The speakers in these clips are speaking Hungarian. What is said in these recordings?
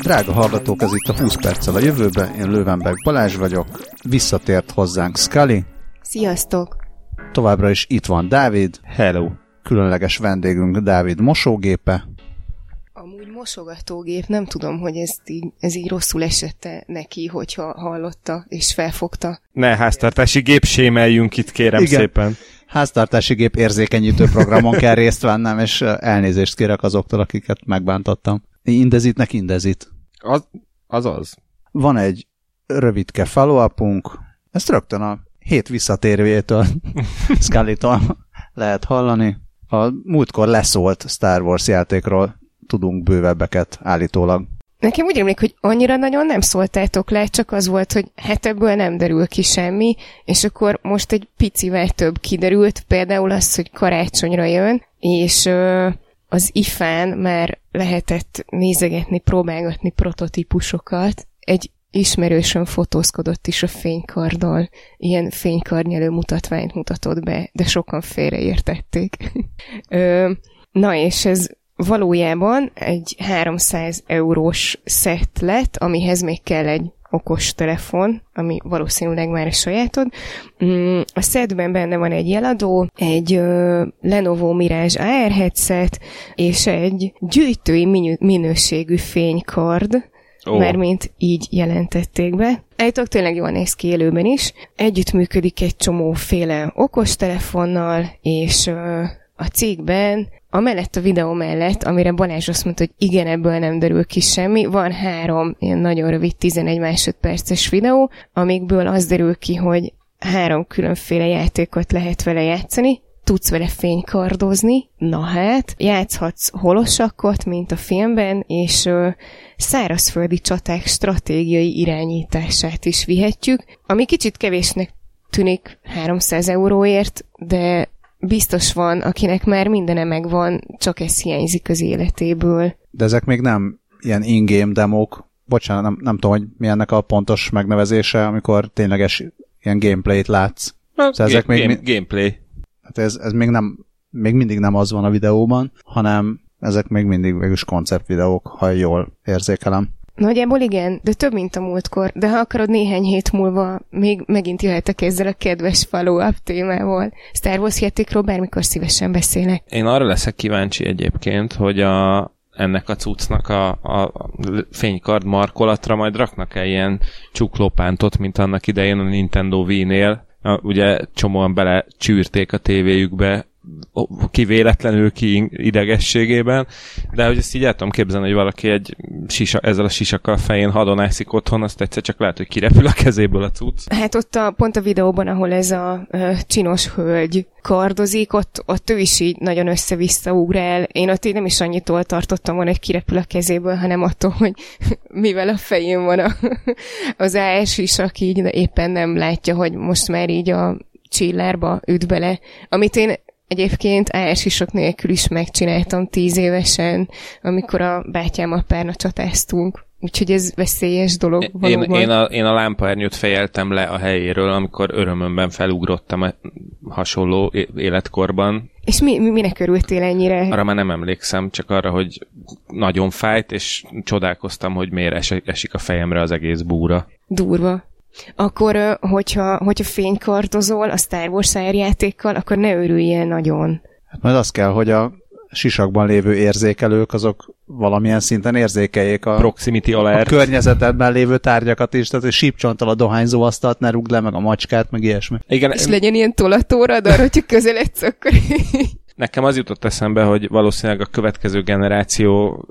Drága hallgatók, ez itt a 20 perccel a jövőbe, én Löwenberg Balázs vagyok, visszatért hozzánk Scully. Sziasztok! Továbbra is itt van Dávid. Hello! Különleges vendégünk Dávid mosógépe. Amúgy mosogatógép, nem tudom, hogy ez így rosszul esette neki, hogyha hallotta és felfogta. Ne, háztartási gép sémeljünk itt, kérem. Igen. Szépen. Háztartási gép érzékenyítő programon kell részt vennem, és elnézést kérek azoktól, akiket megbántottam. Indezitnek indezit. Az. Van egy rövidke follow-upunk, ezt rögtön a hét visszatérvétől Scully-tól lehet hallani. A múltkor leszólt Star Wars játékról tudunk bővebbeket állítólag. Nekem úgy emlék, hogy annyira nagyon nem szóltátok le, csak az volt, hogy hát ebből nem derül ki semmi, és akkor most egy picivel több kiderült, például az, hogy karácsonyra jön, és az IFA-n már lehetett nézegetni, próbálgatni prototípusokat. Egy ismerősön fotózkodott is a fénykarddal, ilyen fénykardnyelő mutatványt mutatott be, de sokan félreértették. Na és ez valójában egy 300 eurós szett lett, amihez még kell egy okostelefon, ami valószínűleg már a sajátod. A szettben benne van egy jeladó, egy Lenovo Mirage AR headset, és egy gyűjtői minőségű fénykard, mármint így jelentették be. Állítólag tényleg jól néz ki élőben is. Együttműködik egy csomóféle okostelefonnal, és a cikkben, amellett a videó mellett, amire Balázs azt mondta, hogy igen, ebből nem derül ki semmi, van 3 ilyen nagyon rövid 11 másodperces videó, amikből az derül ki, hogy 3 különféle játékot lehet vele játszani, tudsz vele fénykardozni, na hát, játszhatsz holosakkot, mint a filmben, és szárazföldi csaták stratégiai irányítását is vihetjük, ami kicsit kevésnek tűnik 300 euróért, de biztos van, akinek már mindene megvan, csak ez hiányzik az életéből. De ezek még nem ilyen in-game demók. Bocsánat, nem tudom, hogy mi ennek a pontos megnevezése, amikor tényleges ilyen gameplayt látsz. Szóval ezek még gameplay. Hát ez még mindig nem az van a videóban, hanem ezek még mindig végülis konceptvideók, ha jól érzékelem. Nagyjából igen, de több, mint a múltkor. De ha akarod, néhány hét múlva még megint jöhetek ezzel a kedves follow-up témával. Star Wars játékról bármikor szívesen beszélek. Én arra leszek kíváncsi egyébként, hogy ennek a cuccnak a fénykard markolatra majd raknak-e ilyen csuklópántot, mint annak idején a Nintendo Wii-nél. Ugye csomóan belecsűrték a tévéjükbe, ki véletlenül, ki idegességében, de hogy ezt így el tudom képzelni, hogy valaki ezzel a sisakkal a fején hadonászik otthon, azt egyszer csak lehet, hogy kirepül a kezéből a cucc. Hát ott pont a videóban, ahol ez a csinos hölgy kardozik, ott ő is így nagyon össze-vissza ugrál. Én ott így nem is annyitól tartottam volna, hogy kirepül a kezéből, hanem attól, hogy mivel a fején van az AS sisak így, de éppen nem látja, hogy most már így a csillárba üt bele. Amit én egyébként AS-isok nélkül is megcsináltam 10 évesen, amikor a bátyámmal párna csatáztunk. Úgyhogy ez veszélyes dolog valóban. Én a lámpaernyőt fejeltem le a helyéről, amikor örömömben felugrottam a hasonló életkorban. És minek örültél ennyire? Arra már nem emlékszem, csak arra, hogy nagyon fájt, és csodálkoztam, hogy miért esik a fejemre az egész búra. Durva. Akkor, hogyha fénykardozol a Star Wars AR játékkal, akkor ne örüljél nagyon. Hát majd az kell, hogy a sisakban lévő érzékelők, azok valamilyen szinten érzékeljék a környezetedben lévő tárgyakat is, tehát hogy sípcsonttal a dohányzóasztalt ne rúgd le, meg a macskát, meg ilyesmi. Igen, és legyen ilyen tolatóradar, hogyha közeledsz, akkor... Nekem az jutott eszembe, hogy valószínűleg a következő generáció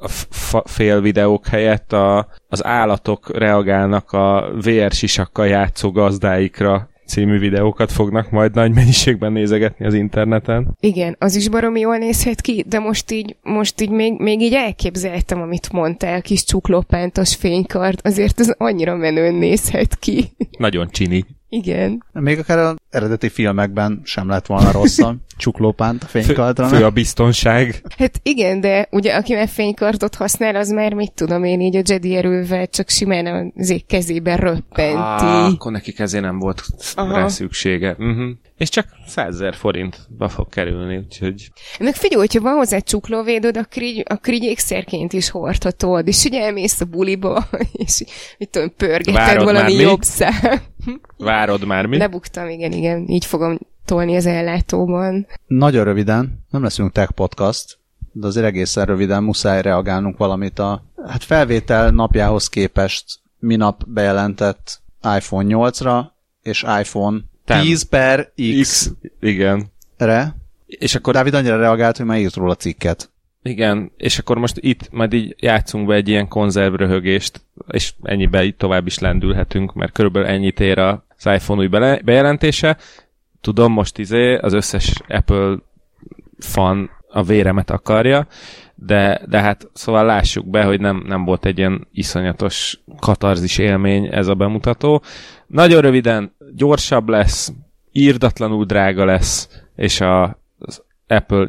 fél videók helyett az állatok reagálnak a VR sisakkal játszó gazdáikra című videókat fognak majd nagy mennyiségben nézegetni az interneten. Igen, az is baromi jól nézhet ki, de most így még így elképzeltem, amit mondtál, kis csuklópántos fénykard, azért ez annyira menőn nézhet ki. Nagyon csini. Igen. Még akár az eredeti filmekben sem lett volna rossz a csuklópánt a fénykardra. Fő a biztonság. Hát igen, de ugye aki már fénykardot használ, az már mit tudom én így a Jedi erővel csak simán az kezében röppenti. Akkor neki kezé nem volt rá szüksége. És csak 100 000 forintba fog kerülni, úgyhogy... Meg figyelj, hogyha van hozzá csuklóvédőd, akkor így ékszerként is hordhatod, és ugye elmész a buliba, és mit tudom, pörgeted valami jobb szám. Várod már mi? Lebuktam, igen, így fogom tolni az ellátóban. Nagyon röviden, nem leszünk tech podcast, de azért egészen röviden muszáj reagálnunk valamit a felvétel napjához képest minap bejelentett iPhone 8-ra és iPhone 10/X igen. Re. És akkor Dávid annyira reagált, hogy már írt róla cikket. Igen, és akkor most itt majd így játszunk be egy ilyen konzervröhögést, és ennyibe így tovább is lendülhetünk, mert körülbelül ennyit ér az iPhone új bejelentése. Tudom, most az összes Apple fan a véremet akarja, de hát szóval lássuk be, hogy nem volt egy ilyen iszonyatos katarzis élmény ez a bemutató. Nagyon röviden gyorsabb lesz, irdatlanul drága lesz, és az Apple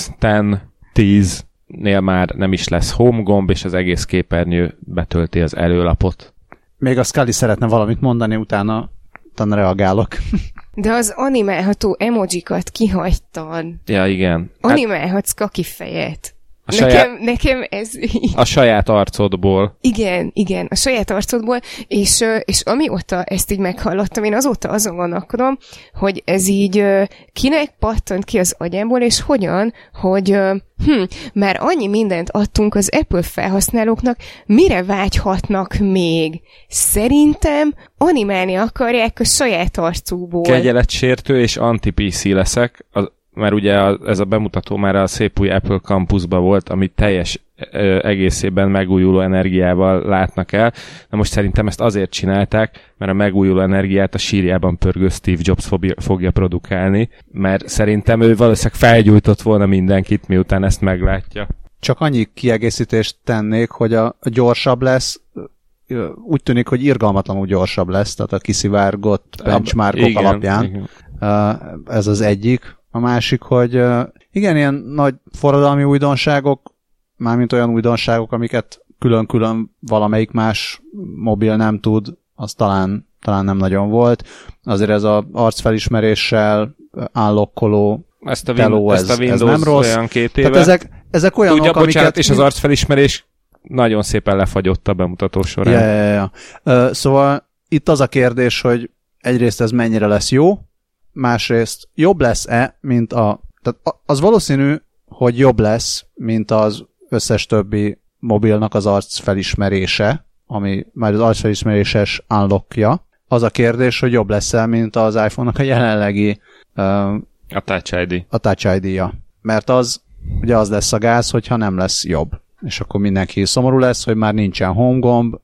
X10-nél már nem is lesz home gomb, és az egész képernyő betölti az előlapot. Még a Scully szeretne valamit mondani, utána reagálok. De az animálható emojikat kihagytad. Ja, igen. Animálhatsz kakifejet. Nekem ez... A saját arcodból. Igen, a saját arcodból, és amióta ezt így meghallottam, én azóta azon gondolkodom, hogy ez így kinek pattant ki az agyából, és hogyan, hogy már annyi mindent adtunk az Apple felhasználóknak, mire vágyhatnak még? Szerintem animálni akarják a saját arcukból. Kegyeletsértő és anti-PC leszek, mert ugye ez a bemutató már a szép új Apple Campusban volt, amit teljes egészében megújuló energiával látnak el. Na most szerintem ezt azért csinálták, mert a megújuló energiát a sírjában pörgő Steve Jobs fogja produkálni, mert szerintem ő valószínűleg felgyújtott volna mindenkit, miután ezt meglátja. Csak annyi kiegészítést tennék, hogy a gyorsabb lesz, úgy tűnik, hogy irgalmatlanul gyorsabb lesz, tehát a kiszivárgott benchmarkok alapján. Igen. Ez az egyik. A másik, hogy igen, ilyen nagy forradalmi újdonságok, mármint olyan újdonságok, amiket külön-külön valamelyik más mobil nem tud, az talán nem nagyon volt. Azért ez az arcfelismeréssel állokkoló teló, ez nem rossz. Olyan 2 éve. Tehát ezek olyanok, tudja, bocsánat, és az arcfelismerés nagyon szépen lefagyott a bemutató során. Ja. Szóval itt az a kérdés, hogy egyrészt ez mennyire lesz jó, másrészt jobb lesz-e, mint tehát az valószínű, hogy jobb lesz, mint az összes többi mobilnak az arcfelismerése, ami már az arcfelismeréses unlockja. Az a kérdés, hogy jobb lesz-e, mint az iPhone-nak a jelenlegi a Touch ID. A Touch ID-ja. Mert az ugye az lesz a gáz, hogyha nem lesz jobb. És akkor mindenki szomorú lesz, hogy már nincsen home gomb,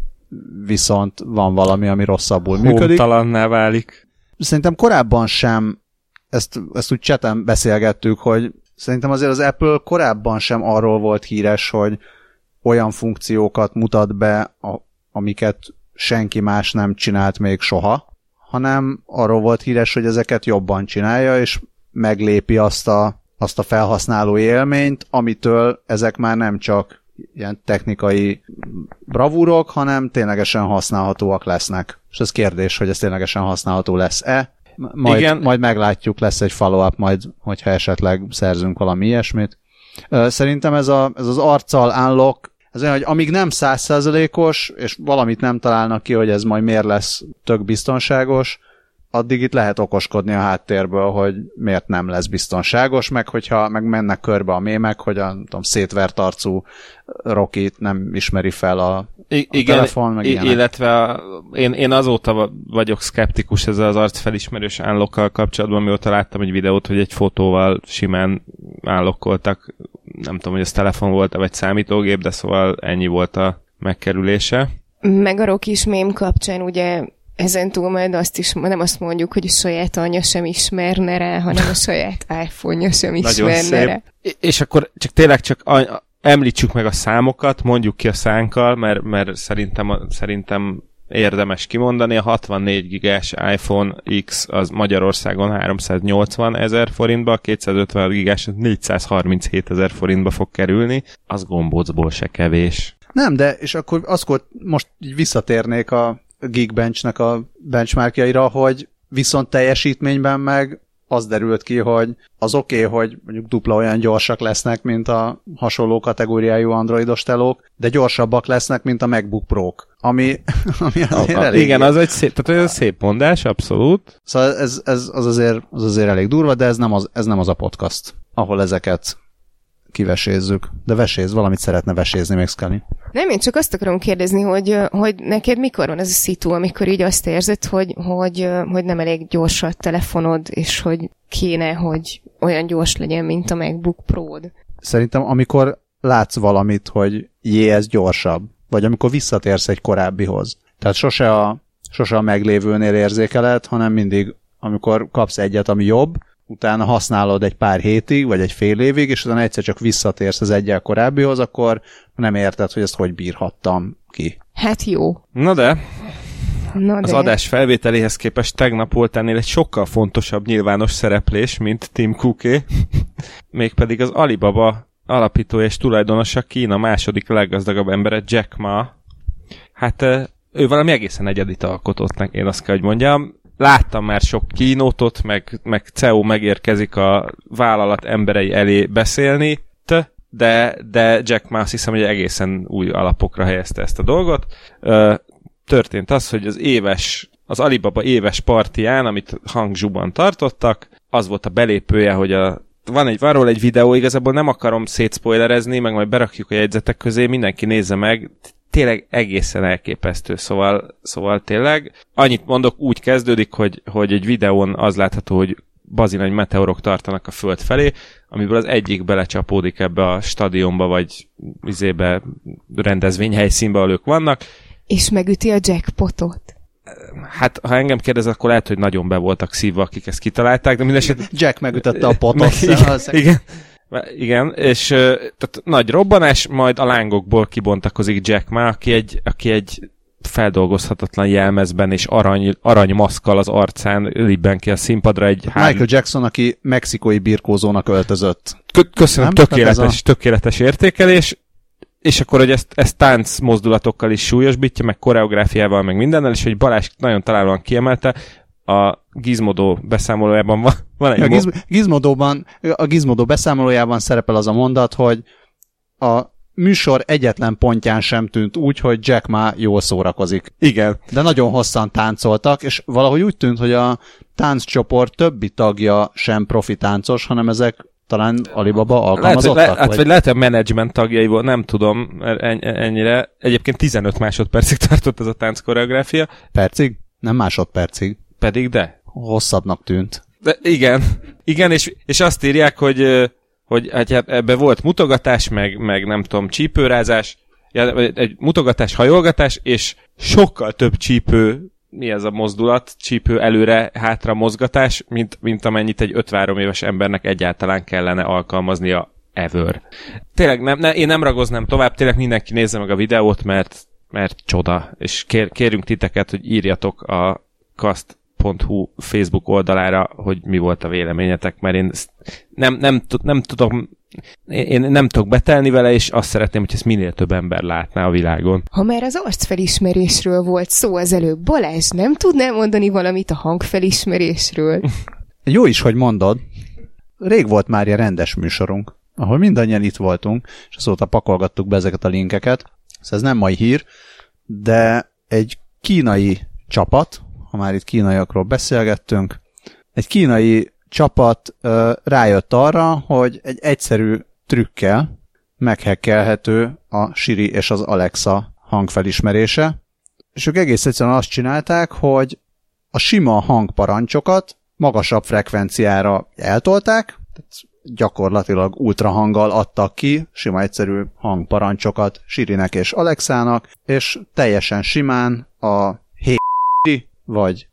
viszont van valami, ami rosszabbul működik. Home-talanná válik. Szerintem korábban sem, ezt úgy chaten beszélgettük, hogy szerintem azért az Apple korábban sem arról volt híres, hogy olyan funkciókat mutat be, amiket senki más nem csinált még soha, hanem arról volt híres, hogy ezeket jobban csinálja, és meglépi azt a felhasználó élményt, amitől ezek már nem csak ilyen technikai bravúrok, hanem használhatóak lesznek. És ez kérdés, hogy ez ténylegesen használható lesz-e. Majd meglátjuk, lesz egy follow-up, majd, hogyha esetleg szerzünk valami ilyesmit. Szerintem ez az arccal unlock, ez olyan, hogy amíg nem 100%-os, és valamit nem találnak ki, hogy ez majd miért lesz tök biztonságos, addig itt lehet okoskodni a háttérből, hogy miért nem lesz biztonságos, meg hogyha meg mennek körbe a mémek, hogy a szétvert arcú Rockit nem ismeri fel a telefon, meg ilyenek. Illetve én azóta vagyok szkeptikus ezzel az arcfelismerős unlockkal kapcsolatban, mióta láttam egy videót, hogy egy fotóval simán unlockoltak, nem tudom, hogy ez telefon volt-e, vagy számítógép, de szóval ennyi volt a megkerülése. Meg a Rockis mém kapcsán ugye ezentúl majd nem azt mondjuk, hogy a saját anyja sem ismerne rá, hanem a saját iPhone-ja sem ismerne rá. És akkor tényleg említsük meg a számokat, mondjuk ki a szánkkal, mert szerintem érdemes kimondani, a 64 gigás iPhone X az Magyarországon 380 000 forintba, a 256 gigás 437 000 forintba fog kerülni, az gombócból se kevés. Nem, de és akkor most így visszatérnék a Geekbench-nek a benchmarkjaira, hogy viszont teljesítményben meg az derült ki, hogy az oké, hogy mondjuk dupla olyan gyorsak lesznek, mint a hasonló kategóriájú androidos telók, de gyorsabbak lesznek, mint a MacBook Pro-k. Ami azért elég... Igen, az egy szép mondás, abszolút. Szóval ez azért elég durva, de ez nem az a podcast, ahol ezeket kivesézzük. De veséz, valamit szeretne vesézni még, Scully. Nem, én csak azt akarom kérdezni, hogy neked mikor van ez a szitu, amikor így azt érzed, hogy nem elég gyors a telefonod, és hogy kéne, hogy olyan gyors legyen, mint a MacBook Pro-d. Szerintem, amikor látsz valamit, hogy ez gyorsabb, vagy amikor visszatérsz egy korábbihoz. Tehát sose a meglévőnél érzékeled, hanem mindig, amikor kapsz egyet, ami jobb, utána használod egy pár hétig, vagy egy fél évig, és utána egyszer csak visszatérsz az egyel korábbihoz, akkor nem érted, hogy ezt hogy bírhattam ki. Hát jó. Na de az adás felvételéhez képest tegnap volt ennél egy sokkal fontosabb nyilvános szereplés, mint Tim Cooké, mégpedig az Alibaba alapítója és tulajdonosa, Kína második leggazdagabb embere, Jack Ma. Hát ő valami egészen egyedit alkotott, én azt kell, hogy mondjam. Láttam már sok kínótot, meg CEO megérkezik a vállalat emberei elé beszélni, de Jack Ma azt hiszem, hogy egészen új alapokra helyezte ezt a dolgot. Történt az, hogy az Alibaba éves partiján, amit Hangzhouban tartottak, az volt a belépője, hogy van róla egy videó, igazából nem akarom szétszpoilerezni, meg majd berakjuk a jegyzetek közé, mindenki nézze meg, tényleg egészen elképesztő, szóval tényleg. Annyit mondok, úgy kezdődik, hogy egy videón az látható, hogy bazinagy meteorok tartanak a föld felé, amiből az egyik belecsapódik ebbe a stadionba, vagy rendezvényhelyszínbe, ahol ők vannak. És megüti a jackpotot. Hát, ha engem kérdez, akkor lehet, hogy nagyon be voltak szívva, akik ezt kitalálták, de mindesetre... Jack megütötte a potot. Igen, és tehát nagy robbanás, majd a lángokból kibontakozik Jack Ma, aki egy feldolgozhatatlan jelmezben és arany maszkkal az arcán libben ki a színpadra egy... Michael Jackson, aki mexikói birkózónak öltözött. Köszönöm, tökéletes értékelés, és akkor, hogy ezt tánc mozdulatokkal is súlyosbítja, meg koreográfiával, meg mindennel, és hogy Balázs nagyon találóan kiemelte, a Gizmodo beszámolójában van egy... A Gizmodo beszámolójában szerepel az a mondat, hogy a műsor egyetlen pontján sem tűnt úgy, hogy Jack Ma jól szórakozik. Igen. De nagyon hosszan táncoltak, és valahogy úgy tűnt, hogy a tánccsoport többi tagja sem profi táncos, hanem ezek talán Alibaba alkalmazottak? Vagy lehet, hogy a menedzsment tagjai volt, nem tudom ennyire. Egyébként 15 másodpercig tartott ez a tánc koreográfia. Percig? Nem másodpercig. Pedig de. Hosszabbnak tűnt. De igen, és azt írják, hogy hát ebbe volt mutogatás, meg nem tudom, csípőrázás, egy mutogatás, hajolgatás, és sokkal több csípő, mi ez a mozdulat, csípő előre-hátra mozgatás, mint amennyit egy 53 éves embernek egyáltalán kellene alkalmaznia ever. Tényleg én nem ragoznám tovább, tényleg mindenki nézze meg a videót, mert csoda, és kérünk titeket, hogy írjatok a cast.hu Facebook oldalára, hogy mi volt a véleményetek, mert én nem tudok betelni vele, és azt szeretném, hogy ezt minél több ember látná a világon. Ha már az arcfelismerésről volt szó az előbb, Balázs, nem tudnál mondani valamit a hangfelismerésről? Jó is, hogy mondod. Rég volt már ilyen rendes műsorunk, ahol mindannyian itt voltunk, és azóta pakolgattuk be ezeket a linkeket. Ez nem mai hír, de egy kínai csapat, ha már itt kínaiakról beszélgettünk, egy kínai csapat rájött arra, hogy egy egyszerű trükkel meghekkelhető a Siri és az Alexa hangfelismerése, és ők egész egyszerűen azt csinálták, hogy a sima hangparancsokat magasabb frekvenciára eltolták, tehát gyakorlatilag ultrahanggal adtak ki sima egyszerű hangparancsokat Sirinek és Alexának, és teljesen simán a Hey vagy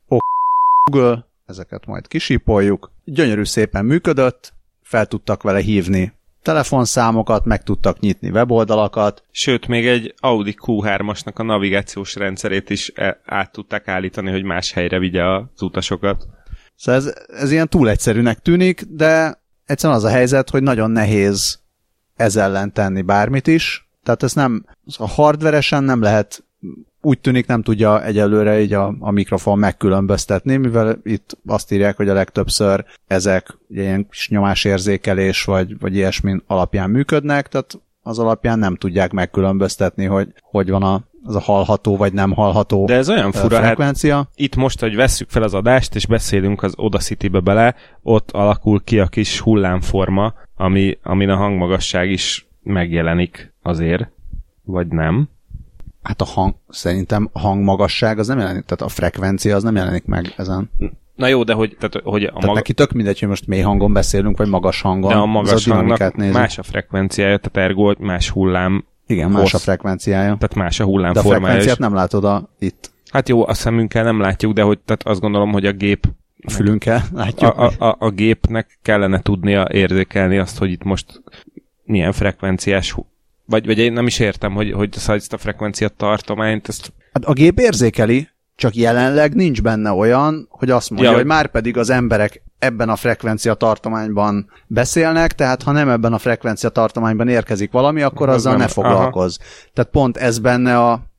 Google, ezeket majd kisípoljuk, gyönyörű szépen működött, fel tudtak vele hívni telefonszámokat, meg tudtak nyitni weboldalakat. Sőt, még egy Audi Q3-asnak a navigációs rendszerét is át tudták állítani, hogy más helyre vigye az utasokat. Szóval ez ilyen túl egyszerűnek tűnik, de egyszerűen az a helyzet, hogy nagyon nehéz ez ellen tenni bármit is. Tehát ez nem, a hardveresen nem lehet, úgy tűnik nem tudja egyelőre így a mikrofon megkülönböztetni, mivel itt azt írják, hogy a legtöbbször ezek ilyen kis nyomásérzékelés vagy ilyesmi alapján működnek, tehát az alapján nem tudják megkülönböztetni, hogy van az a hallható vagy nem hallható. De ez olyan fura, frekvencia. Hát itt most, hogy vesszük fel az adást, és beszélünk az Audacity-be bele, ott alakul ki a kis hullámforma, amin a hangmagasság is megjelenik azért, vagy nem. Hát szerintem a hangmagasság az nem jelenik, tehát a frekvencia az nem jelenik meg ezen. Na jó, de hogy tehát neki tök mindegy, hogy most mély hangon beszélünk, vagy magas hangon. De a magas hangnak más a frekvenciája, tehát ergo más hullám. Igen, más a frekvenciája. Tehát más a hullámformája. De a frekvenciát nem látod itt. Hát jó, a szemünkkel nem látjuk, de hogy, tehát azt gondolom, hogy a gép fülünkkel látjuk. A gépnek kellene tudnia érzékelni azt, hogy itt most milyen frekvenciás, vagy én nem is értem, hogy ezt a frekvencia tartományt, ezt... Hát a gép érzékeli, csak jelenleg nincs benne olyan, hogy azt mondja, hogy már pedig az emberek ebben a frekvencia tartományban beszélnek, tehát ha nem ebben a frekvencia tartományban érkezik valami, akkor azzal ne foglalkozz. Tehát pont ez benne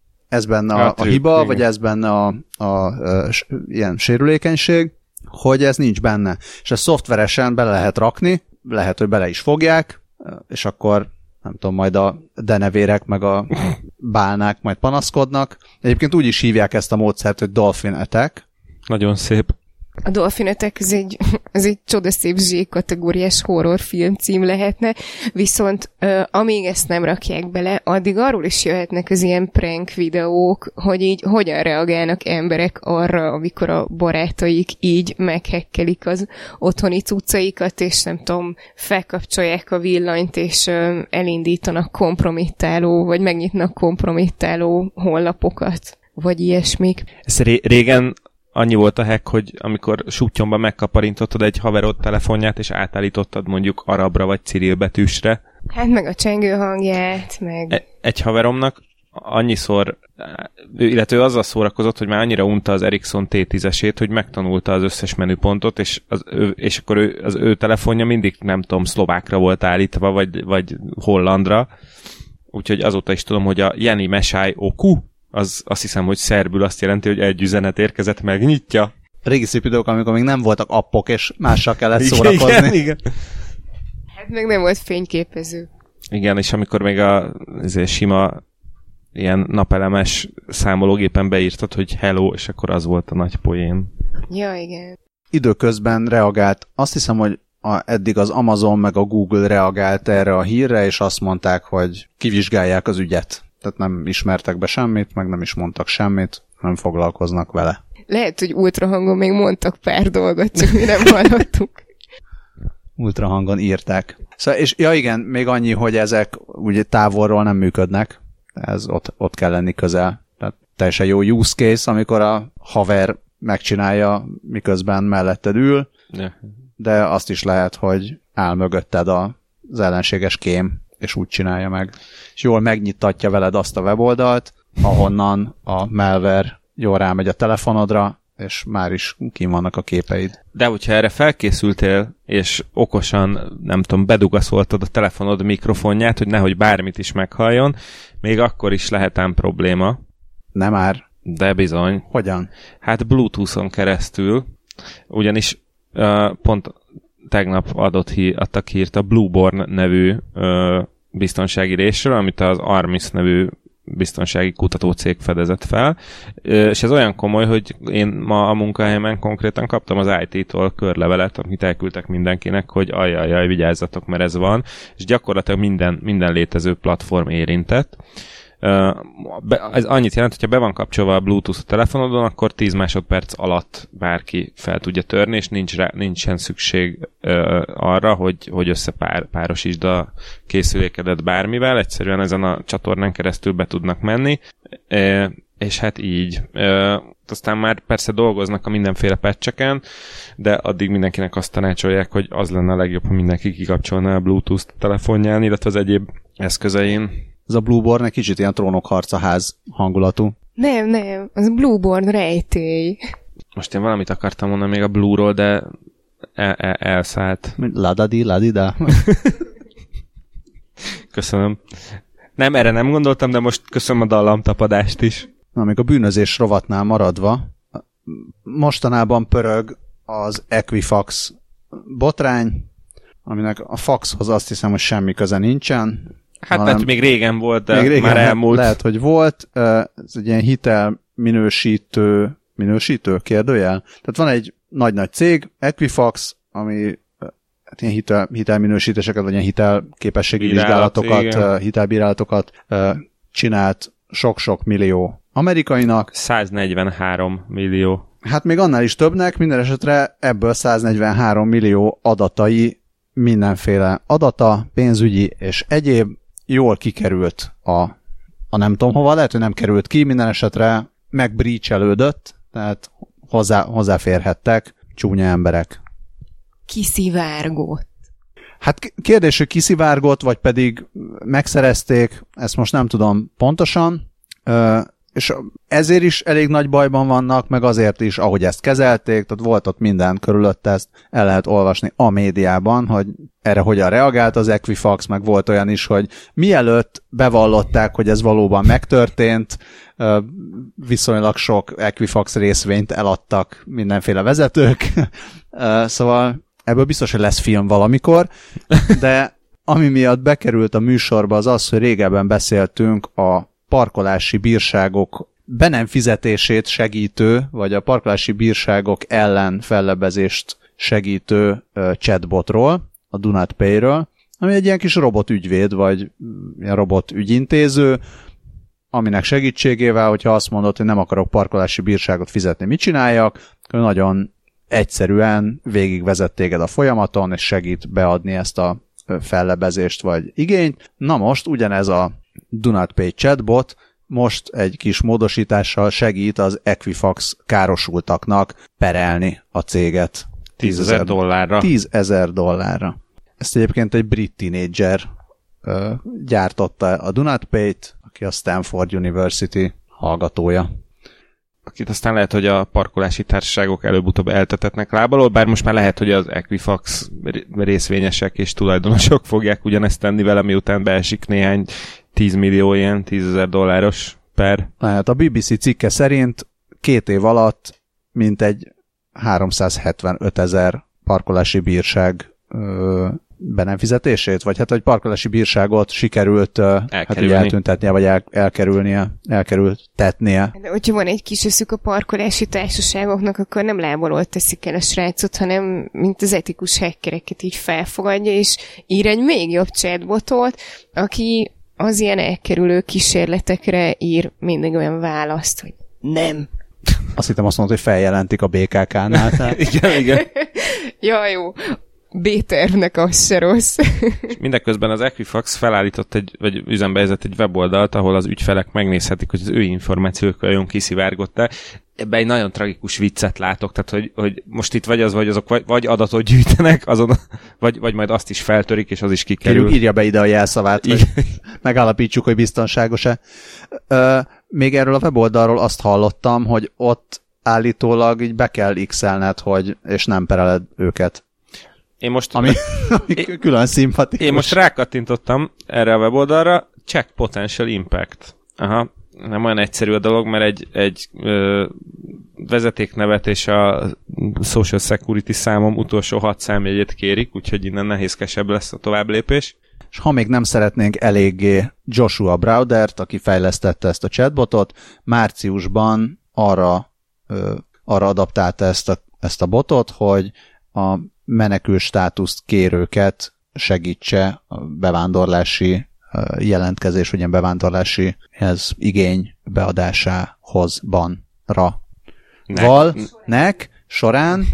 a hiba, igen. Vagy ez benne a ilyen sérülékenység, hogy ez nincs benne. És ezt szoftveresen bele lehet rakni, lehet, hogy bele is fogják, és akkor nem tudom, majd a denevérek meg a bálnák majd panaszkodnak. Egyébként úgy is hívják ezt a módszert, hogy Dolphin Attack. Nagyon szép. A Dolphin Attack ez egy csodaszép Z-kategóriás horrorfilm cím lehetne, viszont amíg ezt nem rakják bele, addig arról is jöhetnek az ilyen prank videók, hogy így hogyan reagálnak emberek arra, amikor a barátaik így meghekkelik az otthoni cuccaikat, és nem tudom, felkapcsolják a villanyt, és elindítanak kompromittáló, vagy megnyitnak kompromittáló honlapokat, vagy ilyesmik. Ez régen annyi volt a hack, hogy amikor suttyomban megkaparintottad egy haverod telefonját, és átállítottad mondjuk arabra vagy ciril betűsre. Hát meg a csengő hangját, meg... Egy haveromnak annyiszor, illetve ő azzal szórakozott, hogy már annyira unta az Ericsson T10-esét, hogy megtanulta az összes menüpontot, és akkor az ő telefonja mindig, nem tudom, szlovákra volt állítva, vagy hollandra. Úgyhogy azóta is tudom, hogy a Jenny Mesai Oku, az azt hiszem, hogy szerbül azt jelenti, hogy egy üzenet érkezett, megnyitja. Régi szép idők, amikor még nem voltak appok, és mással kellett szórakozni. Igen. Hát meg nem volt fényképező. Igen, és amikor még azért sima ilyen napelemes számológépen beírtad, hogy hello, és akkor az volt a nagy poén. Ja, igen. Időközben reagált, azt hiszem, hogy eddig az Amazon meg a Google reagált erre a hírre, és azt mondták, hogy kivizsgálják az ügyet. Tehát nem ismertek be semmit, meg nem is mondtak semmit, nem foglalkoznak vele. Lehet, hogy ultrahangon még mondtak pár dolgot, csak mi nem hallottuk. Ultrahangon írták. Szóval, és ja igen, még annyi, hogy ezek ugye távolról nem működnek, ez ott kell lenni közel. Tehát teljesen jó use case, amikor a haver megcsinálja, miközben melletted ül, de azt is lehet, hogy áll mögötted az ellenséges kém, és úgy csinálja meg. És jól megnyittatja veled azt a weboldalt, ahonnan a malware jól rámegy a telefonodra, és már is kín vannak a képeid. De hogyha erre felkészültél, és okosan, nem tudom, bedugaszoltad a telefonod mikrofonját, hogy nehogy bármit is meghalljon, még akkor is lehet ám probléma. Nem már. De bizony. Hogyan? Hát Bluetooth-on keresztül, ugyanis pont tegnap adtak hírt a Blueborn nevű biztonsági résről, amit az Armis nevű biztonsági kutatócég fedezett fel, és ez olyan komoly, hogy én ma a munkahelyemen konkrétan kaptam az IT-tól körlevelet, amit elküldtek mindenkinek, hogy ajjajjaj, vigyázzatok, mert ez van, és gyakorlatilag minden létező platform érintett. Ez annyit jelent, hogyha be van kapcsolva a Bluetooth a telefonodon, akkor 10 másodperc alatt bárki fel tudja törni, és nincsen szükség arra, hogy összepárosítsd a készülékedet bármivel, egyszerűen ezen a csatornán keresztül be tudnak menni, és hát így. Aztán már persze dolgoznak a mindenféle patcheken, de addig mindenkinek azt tanácsolják, hogy az lenne a legjobb, ha mindenki kikapcsolná a Bluetooth telefonján, illetve az egyéb eszközein. Ez a Blueborn egy kicsit ilyen trónokharcaház hangulatú. Nem, az Blueborn rejtély. Most én valamit akartam mondani még a Blue-ról, de elszállt. Ladida. Köszönöm. Nem, erre nem gondoltam, de most köszönöm a dallamtapadást is. Na, még a bűnözés rovatnál maradva, mostanában pörög az Equifax botrány, aminek a faxhoz azt hiszem, hogy semmi köze nincsen. Hát lehet, még régen volt, de régen már elmúlt. Lehet, hogy volt. Ez egy ilyen hitelminősítő kérdőjel. Tehát van egy nagy cég, Equifax, ami ilyen hitelminősítéseket, vagy ilyen hitelképességi vizsgálatokat, hitelbírálatokat csinált sok-sok millió amerikainak. 143 millió. Hát még annál is többnek, minden esetre ebből 143 millió adatai, mindenféle adata, pénzügyi és egyéb jól kikerült a nem tudom hova, lehet, hogy nem került ki, minden esetre megbreachelődött, tehát hozzáférhettek csúnya emberek. Kiszivárgott. Hát kérdés, hogy kiszivárgott, vagy pedig megszerezték, ezt most nem tudom pontosan, és ezért is elég nagy bajban vannak, meg azért is, ahogy ezt kezelték, tehát volt ott minden körülött, ezt el lehet olvasni a médiában, hogy erre hogyan reagált az Equifax, meg volt olyan is, hogy mielőtt bevallották, hogy ez valóban megtörtént, viszonylag sok Equifax részvényt eladtak mindenféle vezetők, szóval ebből biztos, hogy lesz film valamikor, de ami miatt bekerült a műsorba az az, hogy régebben beszéltünk a parkolási bírságok be nem fizetését segítő, vagy a parkolási bírságok ellen fellebezést segítő chatbotról, a Do Not Pay-ről, ami egy ilyen kis robot ügyvéd, vagy ilyen robot ügyintéző, aminek segítségével, hogyha azt mondod, hogy nem akarok parkolási bírságot fizetni, mit csináljak, nagyon egyszerűen végigvezet téged a folyamaton, és segít beadni ezt a fellebezést vagy igényt. Na most ugyanez a Do Not Pay chatbot most egy kis módosítással segít az Equifax károsultaknak perelni a céget. $10,000. $10,000. Ezt egyébként egy brit tínédzser gyártotta a Do Not Pay-t, aki a Stanford University hallgatója. Akit aztán lehet, hogy a parkolási társaságok előbb-utóbb eltetetnek lábalól, bár most már lehet, hogy az Equifax részvényesek és tulajdonosok fogják ugyanezt tenni vele, miután beesik néhány 10 millió ilyen $10,000 per. Hát a BBC cikke szerint 2 év alatt mintegy 375,000 parkolási bírság be nem fizetését, vagy hát egy parkolási bírságot sikerült eltüntetnie, vagy elkerültetnie. De hogyha van egy kis eszük a parkolási társaságoknak, akkor nem lábalól teszik el a srácot, hanem mint az etikus hackereket így felfogadja, és ír egy még jobb chatbotot, aki az ilyen elkerülő kísérletekre ír mindig olyan választ, hogy nem. Azt hittem azt mondod, hogy feljelentik a BKK-nál. Tehát... igen. Ja, jó. B-tervnek az se rossz. És mindeközben az Equifax felállított vagy üzembe helyezett egy weboldalt, ahol az ügyfelek megnézhetik, hogy az ő információk olyan kiszivárgott-e. Ebben egy nagyon tragikus viccet látok, tehát hogy most itt vagy azok vagy adatot gyűjtenek, azon, vagy majd azt is feltörik, és az is kikerül. Kérjük, írja be ide a jelszavát, hogy megállapítsuk, hogy biztonságos-e. Még erről a weboldalról azt hallottam, hogy ott állítólag így be kell x-elned, és nem pereled őket. Ami külön szimpatikus. Én most rákattintottam erre a weboldalra, check potential impact. Aha, nem olyan egyszerű a dolog, mert egy vezetéknevet és a Social Security számom utolsó 6 számjegyét kérik, úgyhogy innen nehézkesebb lesz a továbblépés. És ha még nem szeretnénk eléggé Joshua Browdert, aki fejlesztette ezt a chatbotot, márciusban arra adaptálta ezt a botot, hogy a menekül státuszt kérőket segítse a bevándorlási jelentkezés, vagy ilyen bevándorlási igény beadásához során,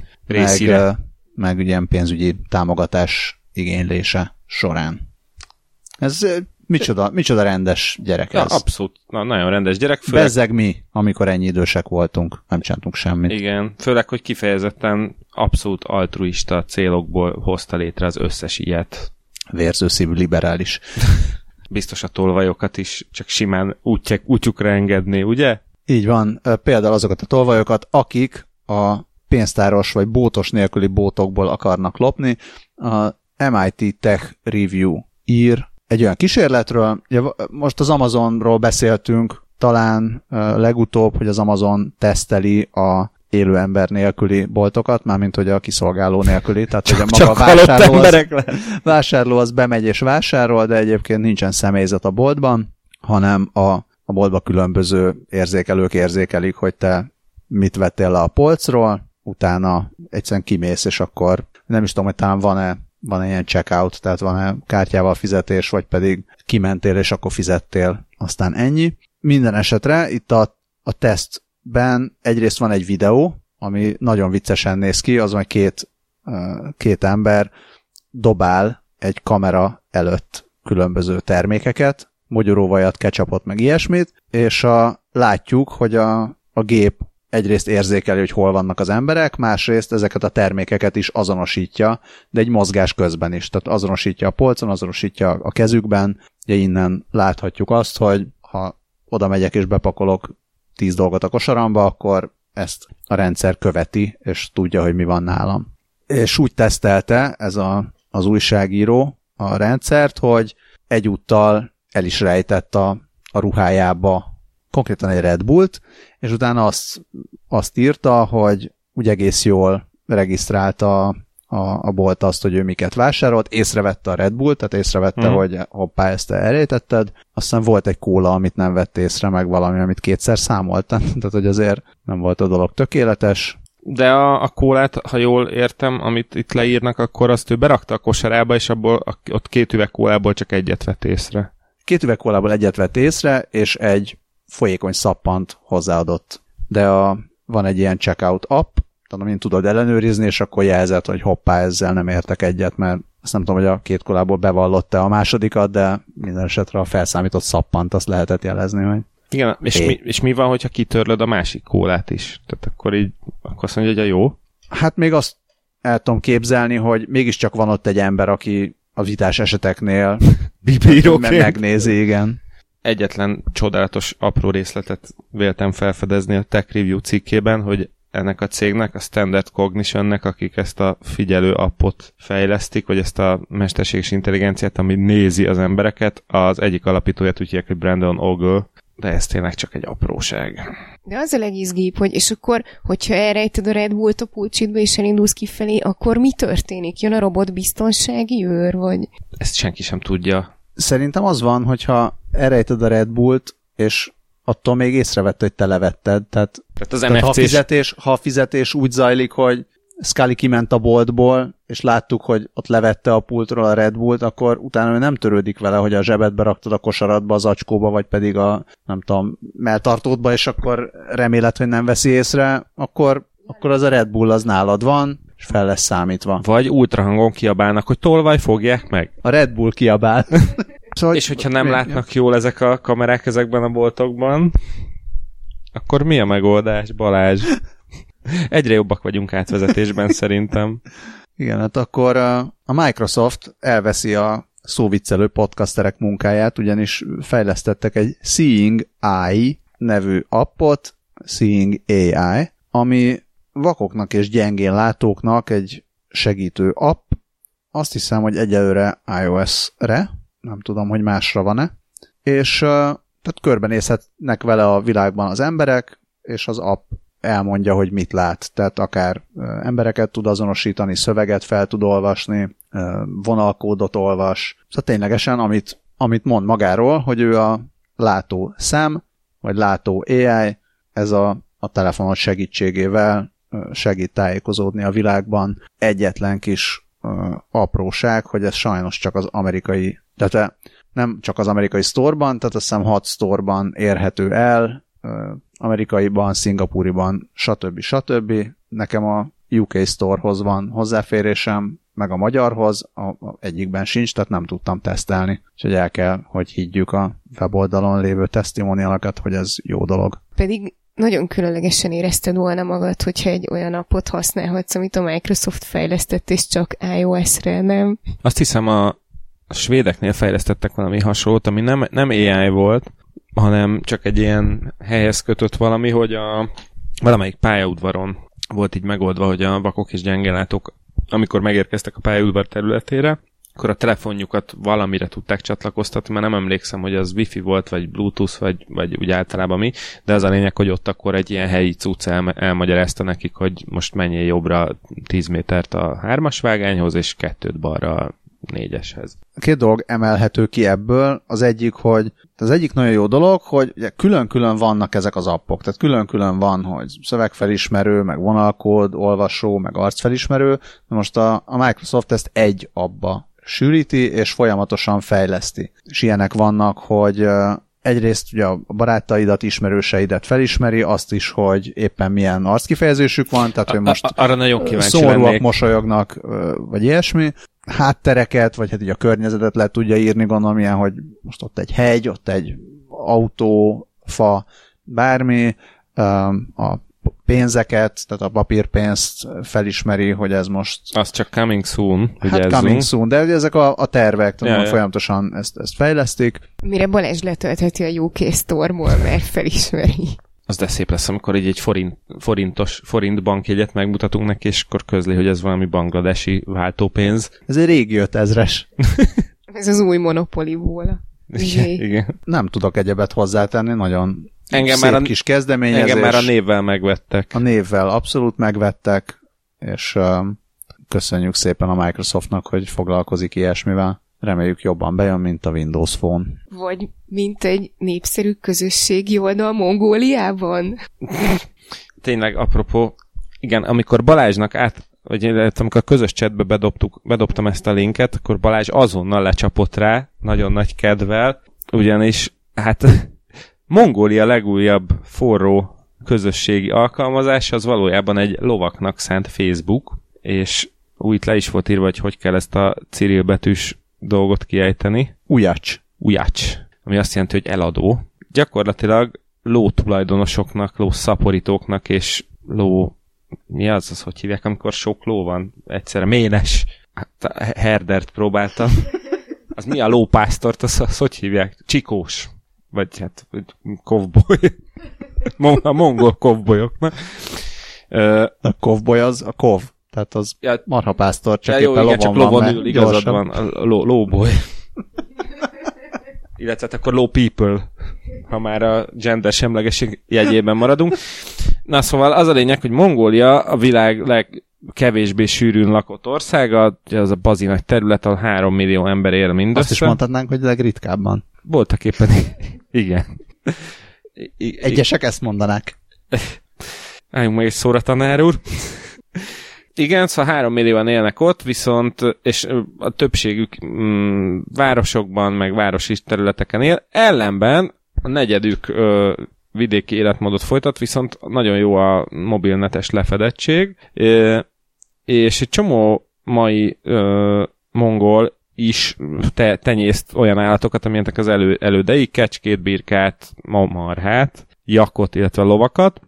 meg ilyen pénzügyi támogatás igénylése során. Ez Micsoda rendes gyerek ez. Ja, abszolút, nagyon rendes gyerek. Bezzeg mi, amikor ennyi idősek voltunk, nem csináltunk semmit. Igen, főleg, hogy kifejezetten abszolút altruista célokból hozta létre az összes ilyet. Vérzőszívű liberális. Biztos a tolvajokat is csak simán útjukra engedni, ugye? Így van. Például azokat a tolvajokat, akik a pénztáros vagy bótos nélküli bótokból akarnak lopni. A MIT Tech Review ír egy olyan kísérletről. Most az Amazonról beszéltünk talán legutóbb, hogy az Amazon teszteli a élő ember nélküli boltokat, mármint hogy a kiszolgáló nélküli, tehát hogy a maga vásárló az bemegy és vásárol, de egyébként nincsen személyzet a boltban, hanem a boltban különböző érzékelők érzékelik, hogy te mit vettél le a polcról, utána egyszerűen kimész, és akkor nem is tudom, hogy talán van-e ilyen checkout, tehát van-e kártyával fizetés, vagy pedig kimentél, és akkor fizettél, aztán ennyi. Minden esetre itt a tesztben egyrészt van egy videó, ami nagyon viccesen néz ki, az, hogy két ember dobál egy kamera előtt különböző termékeket, mogyoróvajat, ketchupot, meg ilyesmit, és látjuk, hogy a gép egyrészt érzékeli, hogy hol vannak az emberek, másrészt ezeket a termékeket is azonosítja, de egy mozgás közben is. Tehát azonosítja a polcon, azonosítja a kezükben. Ugye innen láthatjuk azt, hogy ha oda megyek és bepakolok 10 dolgot a kosaramba, akkor ezt a rendszer követi, és tudja, hogy mi van nálam. És úgy tesztelte az újságíró a rendszert, hogy egyúttal el is rejtett a ruhájába konkrétan egy Red Bullt, és utána azt írta, hogy úgy egész jól regisztrálta a bolt azt, hogy ő miket vásárolt, észrevette a Red Bullt, tehát észrevette, hogy hoppá, ezt te elrejtetted, aztán volt egy kóla, amit nem vett észre, meg valami, amit kétszer számoltam, tehát hogy azért nem volt a dolog tökéletes. De a kólát, ha jól értem, amit itt leírnak, akkor azt ő berakta a kosarába, és abból ott 2 üveg kólából csak egyet vett észre. 2 üveg kólából egyet vett észre, és egy folyékony szappant hozzáadott. De van egy ilyen checkout app, tehát amin tudod ellenőrizni, és akkor jelzed, hogy hoppá, ezzel nem értek egyet, mert azt nem tudom, hogy a 2 kólából bevallott-e a másodikat, de minden esetre a felszámított szappant azt lehetett jelezni, hogy... Igen, és mi van, hogyha kitörlöd a másik kólát is? Tehát akkor azt mondja, hogy a jó? Hát még azt el tudom képzelni, hogy mégiscsak van ott egy ember, aki a vitás eseteknél megnézi, igen. Egyetlen csodálatos apró részletet véltem felfedezni a Tech Review cikkében, hogy ennek a cégnek, a Standard Cognitionnek, akik ezt a figyelő appot fejlesztik, vagy ezt a mesterséges intelligenciát, ami nézi az embereket, az egyik alapítóját úgy hívják, hogy Brandon Ogle, de ez tényleg csak egy apróság. De az a legizgibb, hogy és akkor, hogyha elrejted a Red Bullt a pulcsidba és elindulsz kifelé, akkor mi történik? Jön a robot biztonsági őr, vagy? Ezt senki sem tudja. Szerintem az van, hogyha elrejted a Red Bullt, és attól még észrevett, hogy te levetted. Tehát az NFC-s... ha a fizetés úgy zajlik, hogy Scully kiment a boltból, és láttuk, hogy ott levette a pultról a Red Bullt, akkor utána ő nem törődik vele, hogy a zsebedbe raktad a kosaradba, az acskóba, vagy pedig a, nem tudom, melltartódba, és akkor remélet, hogy nem veszi észre, akkor az a Red Bull az nálad van, és fel lesz számítva. Vagy ultrahangon kiabálnak, hogy tolvaj, fogják meg. A Red Bull kiabál. Szóval, és hogyha nem látnak jól ezek a kamerák ezekben a boltokban, akkor mi a megoldás, Balázs? Egyre jobbak vagyunk átvezetésben szerintem. Igen, hát akkor a Microsoft elveszi a szóviccelő podcasterek munkáját, ugyanis fejlesztettek egy Seeing AI nevű appot, Seeing AI, ami vakoknak és gyengén látóknak egy segítő app. Azt hiszem, hogy egyelőre iOS-re, nem tudom, hogy másra van-e, és tehát körbenézhetnek vele a világban az emberek, és az app elmondja, hogy mit lát. Tehát akár embereket tud azonosítani, szöveget fel tud olvasni, vonalkódot olvas. Szóval ténylegesen, amit mond magáról, hogy ő a látó szem, vagy látó AI, ez a telefonod segítségével segít tájékozódni a világban. Egyetlen kis apróság, hogy ez sajnos csak az amerikai, tehát nem csak az amerikai sztorban, tehát azt hiszem 6 sztorban érhető el, amerikaiban, szingapúriban, stb. Nekem UK Store-hoz van hozzáférésem, meg a magyarhoz, egyikben sincs, tehát nem tudtam tesztelni. Úgyhogy el kell, hogy higgyük a weboldalon lévő testimonialokat, hogy ez jó dolog. Pedig nagyon különlegesen érezted volna magad, hogyha egy olyan appot használhatsz, amit a Microsoft fejlesztett, és csak iOS-re, nem? Azt hiszem a svédeknél fejlesztettek valami hasonlót, ami nem AI volt, hanem csak egy ilyen helyhez kötött valami, hogy valamelyik pályaudvaron volt így megoldva, hogy a vakok és gyengelátók, amikor megérkeztek a pályaudvar területére, akkor a telefonjukat valamire tudták csatlakoztatni, mert nem emlékszem, hogy az Wi-Fi volt, vagy Bluetooth, vagy úgy általában mi, de az a lényeg, hogy ott akkor egy ilyen helyi cucc elmagyarázta nekik, hogy most menjél jobbra 10 métert a 3-as vágányhoz, és 2 balra a 4-eshez. 2 dolog emelhető ki ebből. Az egyik, hogy az egyik nagyon jó dolog, hogy ugye külön-külön vannak ezek az appok, tehát külön-külön van, hogy szövegfelismerő, meg vonalkód, olvasó, meg arcfelismerő. Most a Microsoft ezt egy appba sűríti, és folyamatosan fejleszti. És ilyenek vannak, hogy egyrészt ugye a barátaidat, ismerőseidet felismeri, azt is, hogy éppen milyen arckifejezésük van, tehát hogy most arra nagyon kíváncsi szomorúak, lennék. mosolyognak, vagy ilyesmi. Háttereket, vagy hát így a környezetet le tudja írni, gondolom ilyen, hogy most ott egy hegy, ott egy autó, fa, bármi, a pénzeket, tehát a papírpénzt felismeri, hogy ez most... Az csak coming soon. Hát coming soon, de ezek a tervek, tudom, folyamatosan ezt fejlesztik. Mire Balázs letöltheti a UK Store-ból, mert felismeri. Az de szép lesz, amikor így egy forint bankjegyet megmutatunk neki, és akkor közli, hogy ez valami bangladesi váltópénz. Ez egy régi 5000-es. Ez az új Monopoly-ból. Igen. Nem tudok egyebet hozzátenni, nagyon engem szép már kis kezdeményezés. Engem már a névvel megvettek. A névvel abszolút megvettek, és köszönjük szépen a Microsoftnak, hogy foglalkozik ilyesmivel. Reméljük jobban bejön, mint a Windows Phone. Vagy mint egy népszerű közösségi oldal Mongóliában. Tényleg, apropó, igen, amikor Balázsnak vagy amikor a közös chatbe bedobtam ezt a linket, akkor Balázs azonnal lecsapott rá, nagyon nagy kedvel, ugyanis hát Mongólia legújabb forró közösségi alkalmazás, az valójában egy lovaknak szánt Facebook, és úgy le is volt írva, hogy kell ezt a cirilbetűs dolgot kiejteni. Ujács. Ami azt jelenti, hogy eladó. Gyakorlatilag ló tulajdonosoknak, ló szaporítóknak és ló... Mi az, hogy hívják, amikor sok ló van? Egyszerre ménes. Herdert próbáltam. Az mi a lópásztort? Az hogy hívják? Csikós. Vagy hát kovboly. A mongol kovbolyoknak. A kovboly az a kov. Tehát az marhapásztor, csak jó, éppen igen, csak lovon ül, igazad gyorsabb. van, a lóboly. Illetve akkor low people, ha már a gender semlegesség jegyében maradunk. Na szóval az a lényeg, hogy Mongólia a világ legkevésbé sűrűn lakott országa, az a bazi nagy terület, ahol 3 millió ember él mindössze. Azt is mondhatnánk, hogy legritkábban. Voltak éppen, igen. Egyesek ezt mondanák. Álljunk meg egy szóra, tanár úr. Igen, szóval 3 millióan élnek ott, viszont, és a többségük városokban, meg városi területeken él. Ellenben a negyedük vidéki életmódot folytat, viszont nagyon jó a mobilnetes lefedettség, és egy csomó mai mongol is tenyészt olyan állatokat, amilyenek az elődei, kecskét, birkát, marhát, jakot, illetve lovakat.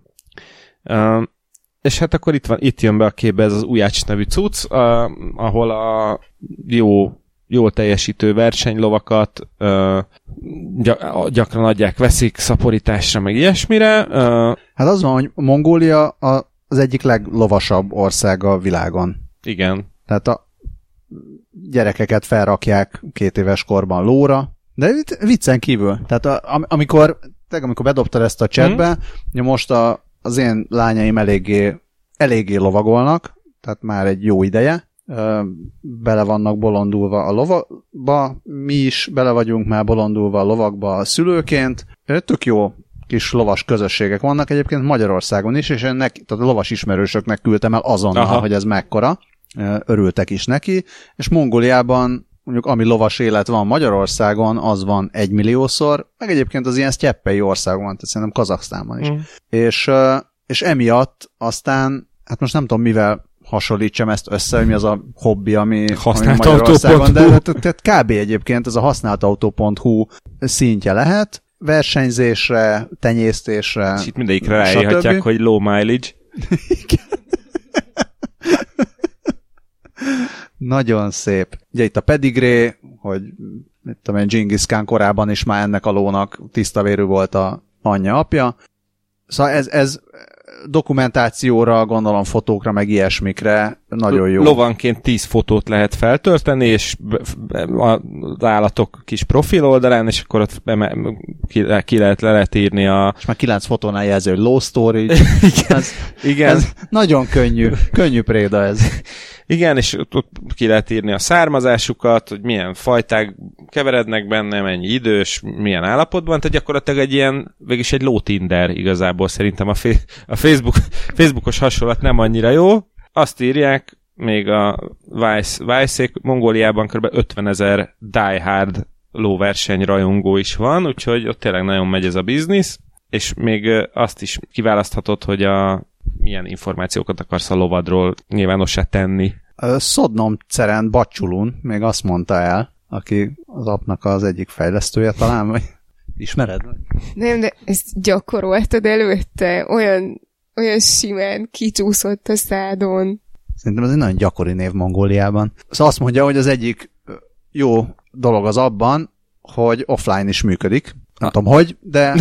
És hát akkor itt jön be a képbe ez az Ujács nevű cucc, ahol a jól teljesítő versenylovakat gyakran adják, veszik szaporításra, meg ilyesmire. Hát az van, hogy Mongólia az egyik leglovasabb ország a világon. Igen. Tehát a gyerekeket felrakják 2 éves korban lóra, de viccen kívül. Tehát amikor bedobtad ezt a chatbe, most az én lányaim eléggé lovagolnak, tehát már egy jó ideje, bele vannak bolondulva a lovakba, mi is bele vagyunk már bolondulva a lovakba a szülőként. Tök jó kis lovas közösségek vannak egyébként Magyarországon is, és tehát a lovas ismerősöknek küldtem el azonnal, hogy ez mekkora. Örültek is neki, és Mongóliában mondjuk ami lovas élet van Magyarországon, az van 1 milliószor, meg egyébként az ilyen sztyeppei országban van, tehát szerintem Kazaksztánban is. És emiatt aztán, hát most nem tudom mivel hasonlítsam ezt össze, hogy mi az a hobbi, ami Használtautó.hu. de tehát kb. Egyébként ez a használtautó.hu szintje lehet, versenyzésre, tenyésztésre, és itt mindegyikre ráírhatják, hogy low mileage. Igen. Nagyon szép. Ugye itt a pedigree, hogy mit tudom én, Genghis Khan korában is már ennek a lónak tisztavérű volt a anyja, apja. Szóval ez dokumentációra, gondolom fotókra, meg ilyesmikre nagyon jó. Lovanként 10 fotót lehet feltölteni, és az állatok kis profil oldalán, és akkor ott ki lehet írni a... És már 9 fotónál jelző, hogy low story. Igen. Ez nagyon könnyű préda ez. Igen, és ott ki lehet írni a származásukat, hogy milyen fajták keverednek benne, mennyi idős, milyen állapotban, tehát gyakorlatilag egy ilyen, végülis egy low Tinder igazából szerintem a Facebookos hasonlat nem annyira jó. Azt írják, még a Vice-ék Mongóliában kb. 50 000 diehard lóverseny rajongó is van, úgyhogy ott tényleg nagyon megy ez a biznisz, és még azt is kiválaszthatod, hogy milyen információkat akarsz a lovadról nyilvánossá tenni. Szodnom Ceren Bacsulun még azt mondta el, aki az appnak az egyik fejlesztője talán, vagy ismered? Nem, de ezt gyakoroltad előtte? Olyan simán kicsúszott a szádon. Szerintem ez egy nagyon gyakori név Mongóliában. Szóval azt mondja, hogy az egyik jó dolog az abban, hogy offline is működik. Nem tudom, hogy, de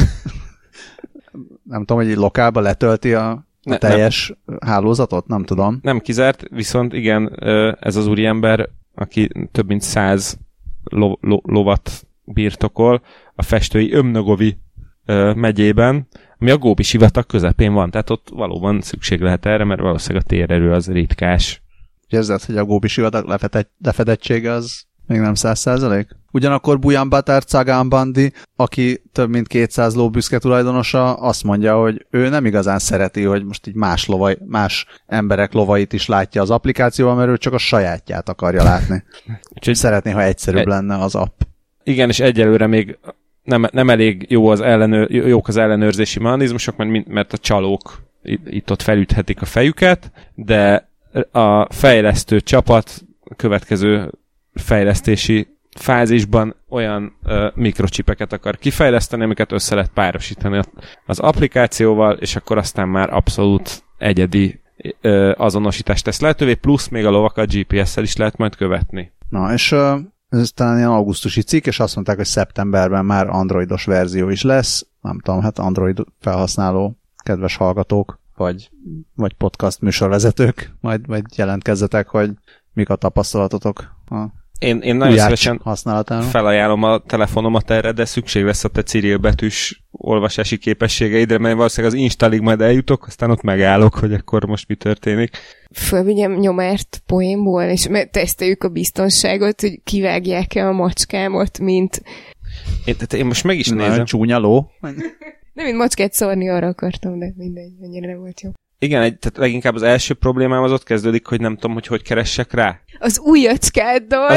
nem tudom, hogy egy lokálba letölti a teljes hálózatot? Nem tudom. Nem kizárt, viszont igen, ez az úriember, aki több mint 100 lovat birtokol a festői Ömnögovi megyében, ami a Góbi sivatag közepén van, tehát ott valóban szükség lehet erre, mert valószínűleg a térerő az ritkás. Érzed, hogy a Góbi sivatag lefedettsége az még nem 100%? Ugyanakkor Bujan Batar Cagán Bandi, aki több mint 200 lóbüszke tulajdonosa, azt mondja, hogy ő nem igazán szereti, hogy most így más emberek lovait is látja az applikációban, mert ő csak a sajátját akarja látni. Úgyhogy szeretné, ha egyszerűbb lenne az app. Igen, és egyelőre még nem elég jók az ellenőrzési mechanizmusok, mert a csalók itt-ott felüthetik a fejüket, de a fejlesztő csapat a következő fejlesztési fázisban olyan mikrocsipeket akar kifejleszteni, amiket össze lehet párosítani az applikációval, és akkor aztán már abszolút egyedi azonosítást tesz lehetővé, plusz még a lovakat GPS-szel is lehet majd követni. Na, és ez talán ilyen augusztusi cikk, és azt mondták, hogy szeptemberben már androidos verzió is lesz. Nem tudom, hát android felhasználó kedves hallgatók, vagy podcast műsorvezetők, majd jelentkezzetek, hogy mik a tapasztalatotok a Én nagyon szívesen felajánlom a telefonomat erre, de szükség lesz a te Cyril betűs olvasási képességeidre, mert valószínűleg az Instalig majd eljutok, aztán ott megállok, hogy akkor most mi történik. Fölvigyem nyomárt poénból, és teszteljük a biztonságot, hogy kivágják-e a macskámot, mint... Én most meg is nézem. Csúnya ló. Nem, mint macskát szórni arra akartam, de mindegy, ennyire nem volt jó. Igen, tehát leginkább az első problémám az ott kezdődik, hogy nem tudom, hogy keressek rá. Az ujjacskáddal.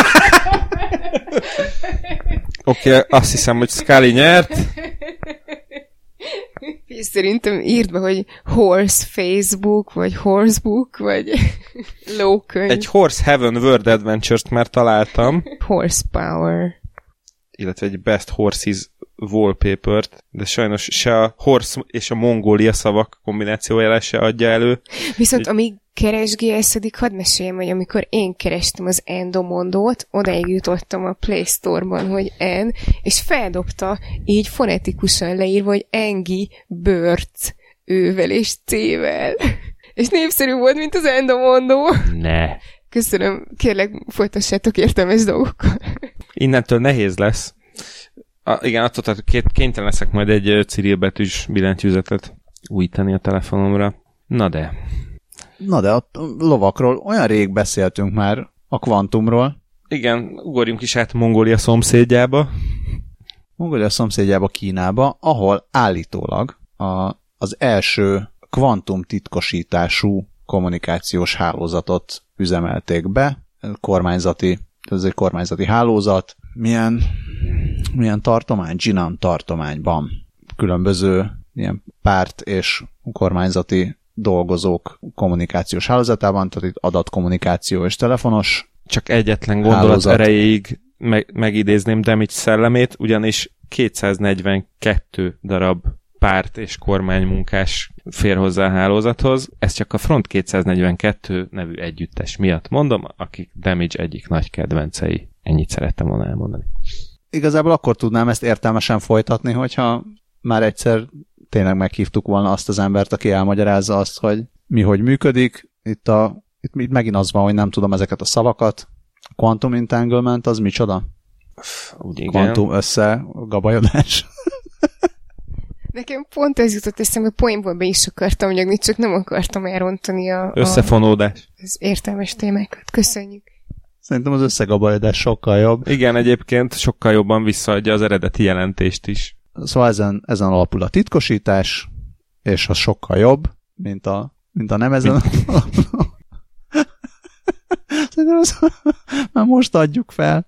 Oké, azt hiszem, hogy Scully nyert. És szerintem írd be, hogy Horse Facebook, vagy Horsebook, vagy lókönyv. Egy Horse Heaven World Adventures-t már találtam. Horsepower. Illetve egy Best Horses wallpaper-t, de sajnos se a horse és a mongólia szavak kombinációjára se adja elő. Viszont amíg keresgélszedik, hadd meséljem, hogy amikor én kerestem az Endomondót, odáig jutottam a Play Store-ban, hogy N, és feldobta így fonetikusan leírva, hogy Engi Birds ővel és C-vel. És népszerű volt, mint az Endomondó. Ne. Köszönöm, kérlek, folytassátok értelmes dolgokkal. Innentől nehéz lesz. Igen, attól tehát kénytelen leszek majd egy Cyril betűs billentyűzetet újítani a telefonomra. Na de a lovakról olyan rég beszéltünk már a kvantumról. Igen, ugorjunk is át Mongólia szomszédjába. Mongólia szomszédjába, Kínába, ahol állítólag az első kvantum titkosítású kommunikációs hálózatot üzemelték be. Ez egy kormányzati hálózat. Milyen tartomány? Jinan tartományban. Különböző ilyen párt és kormányzati dolgozók kommunikációs hálózatában, tehát itt adatkommunikáció és telefonos csak egyetlen gondolat hálózat erejéig megidézném Damage szellemét, ugyanis 242 darab párt és kormánymunkás fér hozzá a hálózathoz. Ez csak a Front 242 nevű együttes miatt mondom, akik Damage egyik nagy kedvencei. Ennyit szerettem volna elmondani. Igazából akkor tudnám ezt értelmesen folytatni, hogyha már egyszer tényleg meghívtuk volna azt az embert, aki elmagyarázza azt, hogy mi hogy működik. Itt megint az van, hogy nem tudom ezeket a szavakat. Quantum entanglement, az micsoda? Úgy igen. Quantum összegabajodás. Nekem pont ez jutott eszembe, poénból be is akartam nyagni, csak nem akartam elrontani összefonódás. Az értelmes témákat. Köszönjük. Szerintem az összegabajodás sokkal jobb. Igen, egyébként sokkal jobban visszaadja az eredeti jelentést is. Szóval ezen alapul a titkosítás, és az sokkal jobb, mint a nem ezen alapul. Szerintem már most adjuk fel.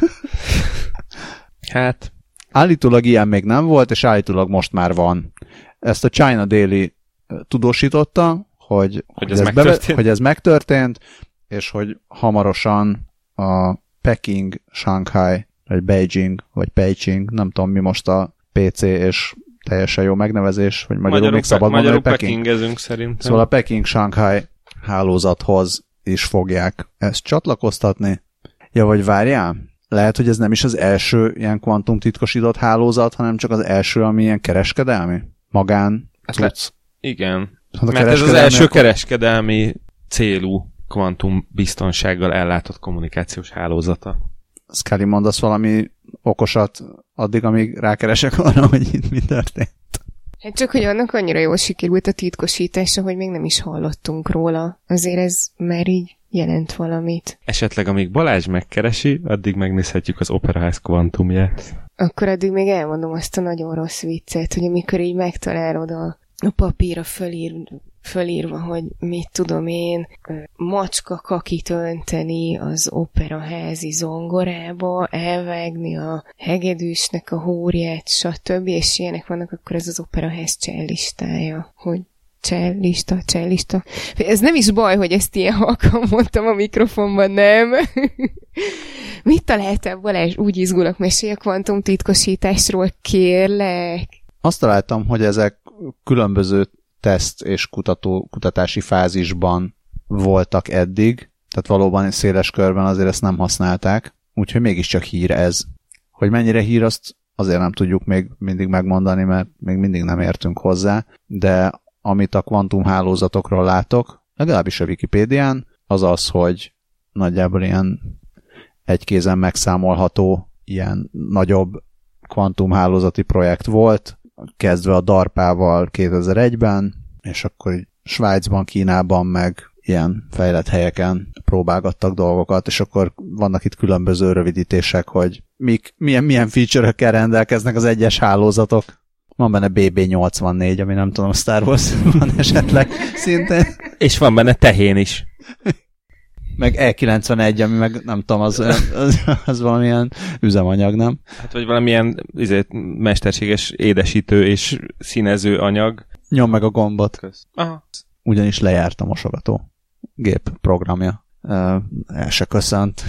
Hát... Állítólag ilyen még nem volt, és állítólag most már van. Ezt a China Daily tudósította, hogy ez megtörtént, és hogy hamarosan a Peking, Shanghai, vagy Beijing, vagy Beijing, nem tudom mi most a PC, és teljesen jó megnevezés, vagy magyarul még szabad mondani, hogy Pekingezünk szerintem. Szóval a Peking-Shanghai hálózathoz is fogják ezt csatlakoztatni. Ja, vagy várjál? Lehet, hogy ez nem is az első ilyen kvantum titkosított hálózat, hanem csak az első, ami ilyen kereskedelmi? Magán tudsz? Igen. Mert ez az első kereskedelmi célú kvantum biztonsággal ellátott kommunikációs hálózata. Scully, mondasz valami okosat addig, amíg rákeresek arra, hogy itt mi történt? Hát csak, hogy annak annyira jól sikerült a titkosítása, hogy még nem is hallottunk róla. Azért ez már így jelent valamit. Esetleg amíg Balázs megkeresi, addig megnézhetjük az Opera House kvantumját. Akkor addig még elmondom azt a nagyon rossz viccet, hogy amikor így megtalálod a papírra fölírva, hogy mit tudom én, macska kakit önteni az operaházi zongorába, elvágni a hegedűsnek a húrját, stb. És ilyenek vannak, akkor ez az operaház cellistája, hogy Csellista. Ez nem is baj, hogy ezt ilyen halkan mondtam a mikrofonban, nem? Mit találtál, Balázs? Úgy izgulok, mesélj a kvantum titkosításról, kérlek. Azt találtam, hogy ezek különböző teszt és kutatási fázisban voltak eddig, tehát valóban széles körben azért ezt nem használták, úgyhogy mégiscsak hír ez. Hogy mennyire hír, azt azért nem tudjuk még mindig megmondani, mert még mindig nem értünk hozzá, de amit a kvantumhálózatokról látok, legalábbis a Wikipédián, az az, hogy nagyjából ilyen egy kézen megszámolható ilyen nagyobb kvantumhálózati projekt volt, kezdve a DARPA-val 2001-ben, és akkor Svájcban, Kínában, meg ilyen fejlett helyeken próbálgattak dolgokat, és akkor vannak itt különböző rövidítések, hogy milyen feature-ökkel rendelkeznek az egyes hálózatok. Van benne BB84, ami nem tudom, Star Wars van esetleg szintén. És van benne tehén is. Meg E91, ami meg nem tudom, az valamilyen üzemanyag, nem? Hát vagy valamilyen mesterséges édesítő és színező anyag. Nyom meg a gombot. Aha. Ugyanis lejárt a mosogató gép programja. El se köszönt.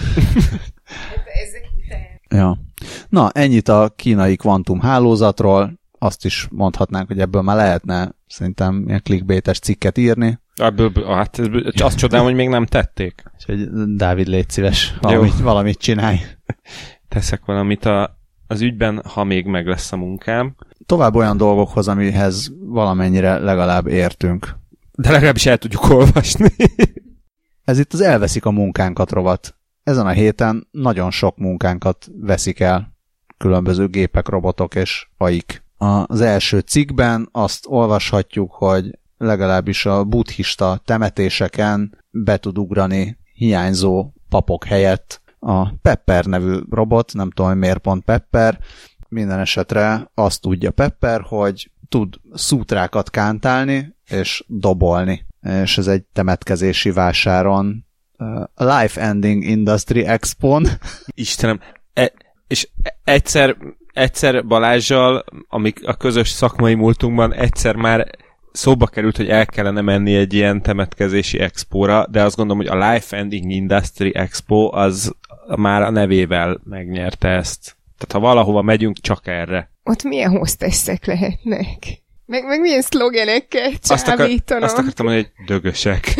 Ja. Na, ennyit a kínai kvantum hálózatról. Azt is mondhatnánk, hogy ebből már lehetne szerintem ilyen clickbaites cikket írni. Hát azt csodálom, hogy még nem tették. Úgyhogy Dávid, légy szíves, valamit csinálj. Teszek valamit az ügyben, ha még meg lesz a munkám. Tovább olyan dolgokhoz, amihez valamennyire legalább értünk. De legalábbis el tudjuk olvasni. Ez itt az elveszik a munkánkat rovat. Ezen a héten nagyon sok munkánkat veszik el különböző gépek, robotok és AI-k. Az első cikkben azt olvashatjuk, hogy legalábbis a buddhista temetéseken be tud ugrani hiányzó papok helyett a Pepper nevű robot, nem tudom, miért pont Pepper, minden esetre azt tudja Pepper, hogy tud szútrákat kántálni és dobolni, és ez egy temetkezési vásáron, a Life Ending Industry Expo-n. Istenem, és egyszer Balázssal, amik a közös szakmai múltunkban egyszer már szóba került, hogy el kellene menni egy ilyen temetkezési expóra, de azt gondolom, hogy a Life Ending Industry Expo az már a nevével megnyerte ezt. Tehát ha valahova megyünk, csak erre. Ott milyen hostessek lehetnek? Meg milyen szlogenekkel csábítanak? Azt akartam mondani, hogy dögösek.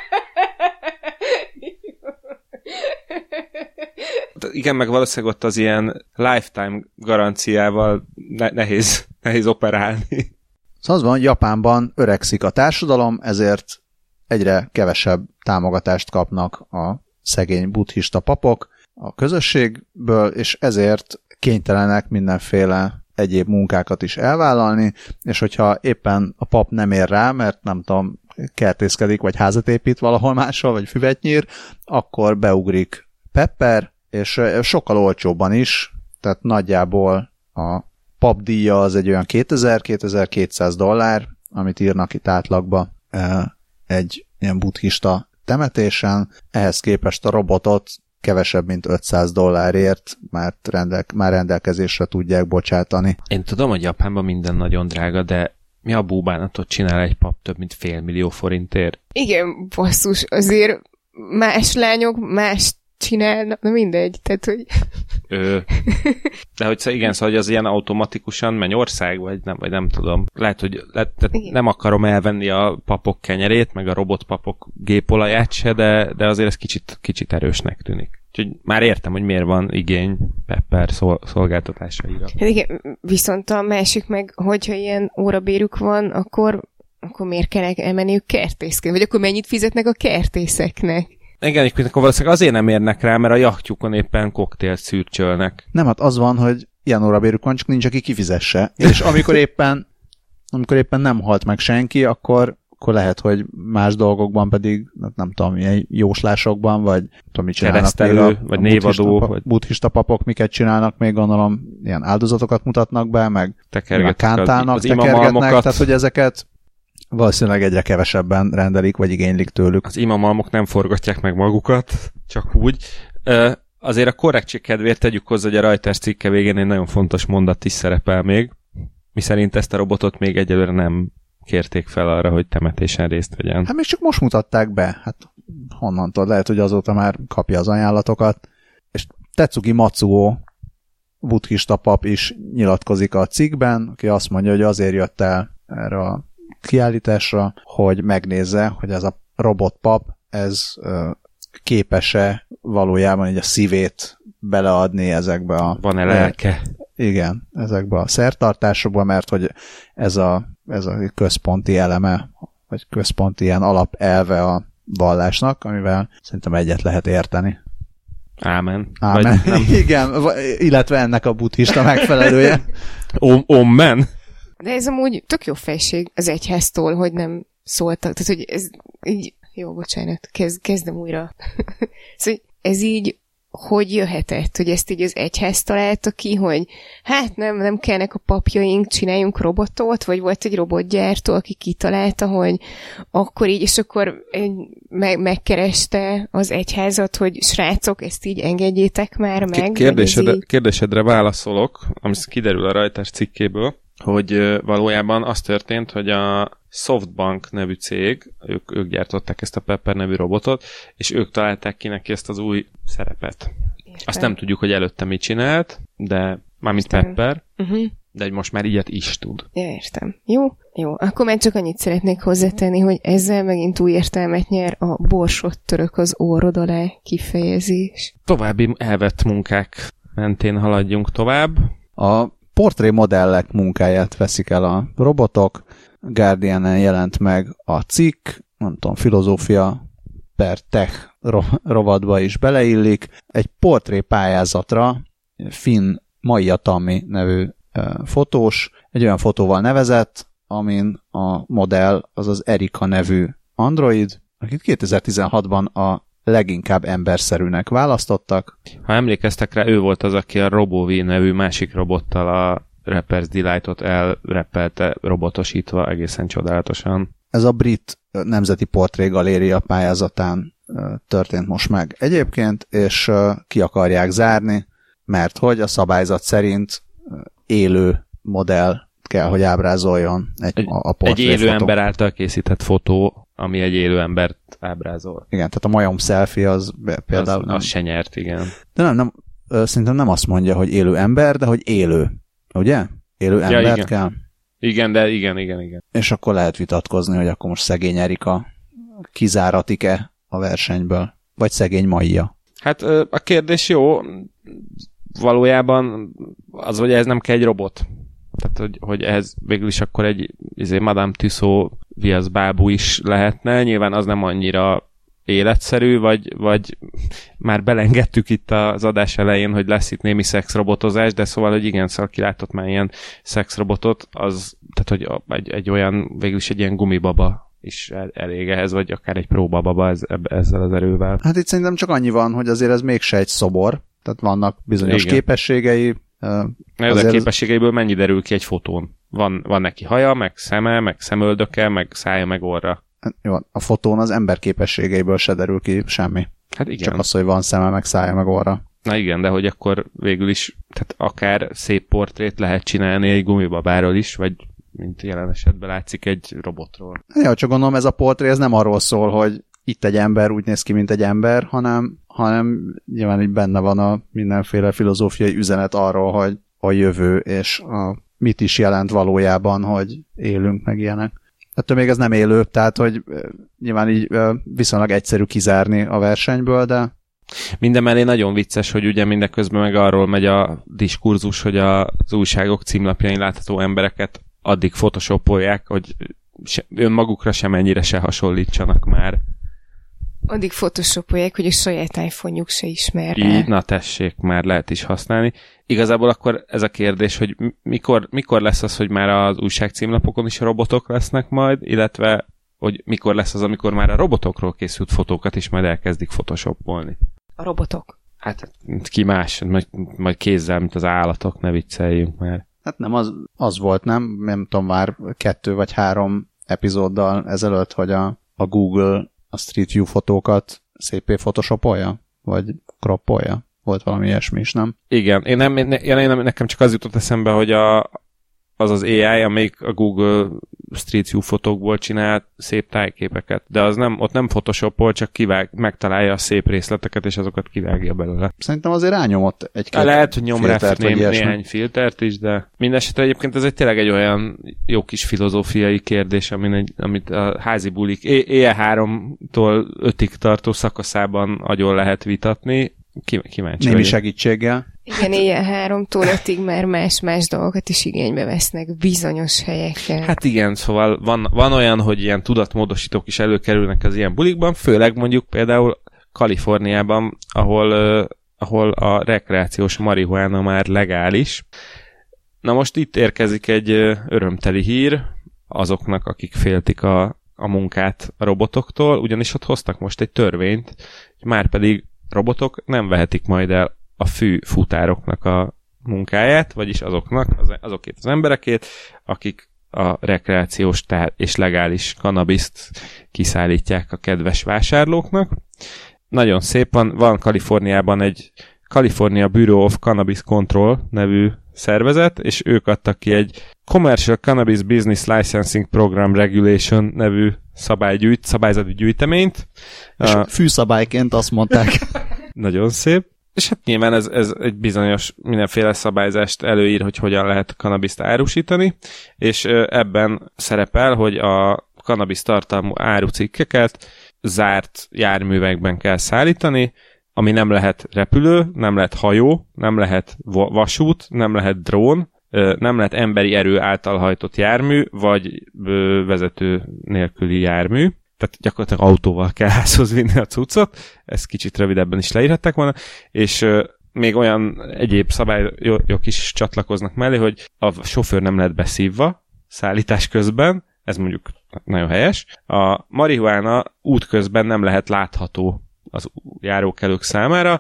Igen, meg valószínűleg ott az ilyen lifetime garanciával nehéz operálni. Szóval az van, Japánban öregszik a társadalom, ezért egyre kevesebb támogatást kapnak a szegény buddhista papok a közösségből, és ezért kénytelenek mindenféle egyéb munkákat is elvállalni, és hogyha éppen a pap nem ér rá, mert nem tudom, kertészkedik, vagy házat épít valahol máshol, vagy füvet nyír, akkor beugrik Pepper, és sokkal olcsóbban is, tehát nagyjából a papdíja az egy olyan $2000-2200, amit írnak itt átlagba egy ilyen buddhista temetésen, ehhez képest a robotot kevesebb, mint $500 már rendelkezésre tudják bocsátani. Én tudom, hogy Japánban minden nagyon drága, de mi a búbánatot csinál egy pap több mint $500 000 Igen, basszus, azért más lányok más csinálnak, na mindegy, tehát hogy... De hogy igen, szóval hogy az ilyen automatikusan Mennyország, vagy nem tudom. Lehet, hogy nem akarom elvenni a papok kenyerét, meg a robotpapok gépolaját se, de azért ez kicsit erősnek tűnik. Úgyhogy már értem, hogy miért van igény Pepper szolgáltatásaira. Hát igen, viszont a másik meg, hogyha ilyen órabérük van, akkor miért kell elmenniük kertészkedni? Vagy akkor mennyit fizetnek a kertészeknek? Igen, akkor valószínűleg azért nem érnek rá, mert a jachtjukon éppen koktélt szürcsölnek. Nem, hát az van, hogy ilyen órabérük van, csak nincs, aki kifizesse. És amikor éppen nem halt meg senki, akkor lehet, hogy más dolgokban pedig, nem tudom, ilyen jóslásokban, vagy tudom, mit csinálnak keresztelő, vagy névadó, vagy buddhista papok miket csinálnak, még gondolom, ilyen áldozatokat mutatnak be, meg kántálnak, tekergetnek, tehát hogy ezeket valószínűleg egyre kevesebben rendelik, vagy igénylik tőlük. Az imamalmok nem forgatják meg magukat, csak úgy. Azért a korrektség kedvéért tegyük hozzá, hogy a Reuters cikke végén egy nagyon fontos mondat is szerepel még, miszerint ezt a robotot még egyelőre nem kérték fel arra, hogy temetésen részt vegyen. Hát még csak most mutatták be. Hát honnantól? Lehet, hogy azóta már kapja az ajánlatokat. És Tetsuki Matsuo buddhista pap is nyilatkozik a cikkben, aki azt mondja, hogy azért jött el erre a kiállításra, hogy megnézze, hogy ez a robotpap, ez képes-e valójában így a szívét beleadni ezekbe a... Van-e lelke? Igen, ezekbe a szertartásokba, mert hogy ez a központi eleme, vagy központi ilyen alapelve a vallásnak, amivel szerintem egyet lehet érteni. Ámen. Ámen. Igen, illetve ennek a buddhista megfelelője. Ommen. De ez amúgy tök jó fejség az egyháztól, hogy nem szóltak. Tehát, hogy ez így... Jó, bocsánat, kezdem újra. Szóval ez így hogy jöhetett, hogy ezt így az egyház találta ki, hogy hát nem kellnek a papjaink, csináljunk robotot, vagy volt egy robotgyártó, aki kitalálta, hogy akkor így, és akkor megkereste az egyházat, hogy srácok, ezt így engedjétek már meg. Kérdésedre válaszolok, ami kiderül a Reuters cikkéből, hogy valójában az történt, hogy a Softbank nevű cég, ők gyártották ezt a Pepper nevű robotot, és ők találták ki neki ezt az új szerepet. Értem. Azt nem tudjuk, hogy előtte mit csinált, de mármint Pepper, de hogy most már ilyet is tud. Ja, értem. Jó. Akkor már csak annyit szeretnék hozzátenni, hogy ezzel megint új értelmet nyer a borsot török az orrod alá kifejezés. További elvett munkák mentén haladjunk tovább. A portrémodellek munkáját veszik el a robotok. Guardianen jelent meg a cikk, nem tudom, filozófia per tech rovatba is beleillik. Egy portré pályázatra Finn Maijatami nevű fotós egy olyan fotóval nevezett, amin a modell az az Erika nevű android, akit 2016-ban a leginkább emberszerűnek választottak. Ha emlékeztek rá, ő volt az, aki a RoboV nevű másik robottal a Rapper's Delight-ot elreppelte robotosítva egészen csodálatosan. Ez a brit Nemzeti Portré Galéria pályázatán történt most meg egyébként, és ki akarják zárni, mert hogy a szabályzat szerint élő modell, kell, hogy ábrázoljon a portréfoto. Egy élő ember által készített fotó, ami egy élő embert ábrázol. Igen, tehát a majom selfie az például... Az se nyert, igen. De nem, szerintem nem azt mondja, hogy élő ember, de hogy élő. Ugye? Élő embert igen. kell. Igen, de igen. És akkor lehet vitatkozni, hogy akkor most szegény Erika kizáratik-e a versenyből, vagy szegény Maija. Hát a kérdés jó, valójában az, hogy ez nem kell egy robot. Tehát, hogy ehhez végül is akkor egy Madame Tussauds viasz bábú is lehetne. Nyilván az nem annyira életszerű, vagy már belengedtük itt az adás elején, hogy lesz itt némi szexrobotozás, de szóval, hogy igen, szóval ki látott már ilyen szexrobotot, az, tehát, hogy egy olyan, végül is egy ilyen gumibaba is elég ehhez, vagy akár egy próbababa ezzel az erővel. Hát itt szerintem csak annyi van, hogy azért ez mégse egy szobor, tehát vannak bizonyos képességei. A képességeiből mennyi derül ki egy fotón? Van neki haja, meg szeme, meg szemöldöke, meg szája, meg orra. Jó, a fotón az ember képességeiből se derül ki semmi. Hát igen. Csak az, hogy van szeme, meg szája, meg orra. Na igen, de hogy akkor végül is, tehát akár szép portrét lehet csinálni egy gumibabáról is, vagy mint jelen esetben látszik egy robotról. Ja, csak gondolom, ez a portré ez nem arról szól, hogy itt egy ember úgy néz ki, mint egy ember, hanem nyilván így benne van a mindenféle filozófiai üzenet arról, hogy a jövő és mit is jelent valójában, hogy élünk meg ilyenek. Ettől még ez nem élő, tehát hogy nyilván így viszonylag egyszerű kizárni a versenyből, de... Mindemellé nagyon vicces, hogy ugye mindeközben meg arról megy a diskurzus, hogy az újságok címlapjain látható embereket addig photoshopolják, hogy önmagukra sem ennyire se hasonlítsanak már. Addig photoshopolják, hogy a saját iPhone-juk se ismer. Így, na tessék, már lehet is használni. Igazából akkor ez a kérdés, hogy mikor lesz az, hogy már az újságcímlapokon is robotok lesznek majd, illetve hogy mikor lesz az, amikor már a robotokról készült fotókat is majd elkezdik photoshopolni. A robotok? Hát ki más, majd kézzel, mint az állatok, ne vicceljünk már. Hát nem, az volt, nem tudom már 2 vagy 3 epizóddal ezelőtt, hogy a Google a Street View fotókat szépé photoshopolja? Vagy croppolja? Volt valami ilyesmi is, nem? Igen. Nekem csak az jutott eszembe, hogy az AI, amelyik a Google Street View fotókból csinál szép tájképeket. De az ott nem photoshopol, csak megtalálja a szép részleteket, és azokat kivágja belőle. Szerintem azért rányomott egy-két lehet, hogy nyom rá néhány filtert is, de mindesetre egyébként ez tényleg egy olyan jó kis filozófiai kérdés, amit a házi bulik E3-tól 5-ig tartó szakaszában agyon lehet vitatni. Kíváncsi némi segítséggel. Igen, éjjel 3-tól 5-ig már más dolgokat is igénybe vesznek bizonyos helyeken. Hát igen, szóval van olyan, hogy ilyen tudatmódosítók is előkerülnek az ilyen bulikban, főleg mondjuk például Kaliforniában, ahol a rekreációs marihuána már legális. Na most itt érkezik egy örömteli hír azoknak, akik féltik a munkát a robotoktól, ugyanis ott hoztak most egy törvényt, hogy márpedig robotok nem vehetik majd el a fűfutároknak a munkáját, vagyis azokét az emberekét, akik a rekreációs és legális kannabiszt kiszállítják a kedves vásárlóknak. Nagyon szép van Kaliforniában egy California Bureau of Cannabis Control nevű szervezet, és ők adtak ki egy Commercial Cannabis Business Licensing Program Regulation nevű szabályzati gyűjteményt. És fűszabályként azt mondták. Nagyon szép. És hát nyilván ez egy bizonyos mindenféle szabályzást előír, hogy hogyan lehet kannabiszt árusítani, és ebben szerepel, hogy a kannabisz tartalmú árucikkeket zárt járművekben kell szállítani, ami nem lehet repülő, nem lehet hajó, nem lehet vasút, nem lehet drón, nem lehet emberi erő által hajtott jármű, vagy vezető nélküli jármű. Tehát gyakorlatilag autóval kell házhoz vinni a cuccot, ezt kicsit rövidebben is leírhatták volna, és még olyan egyéb szabályok is csatlakoznak mellé, hogy a sofőr nem lehet beszívva szállítás közben, ez mondjuk nagyon helyes. A marihuána útközben nem lehet látható az járókelők számára,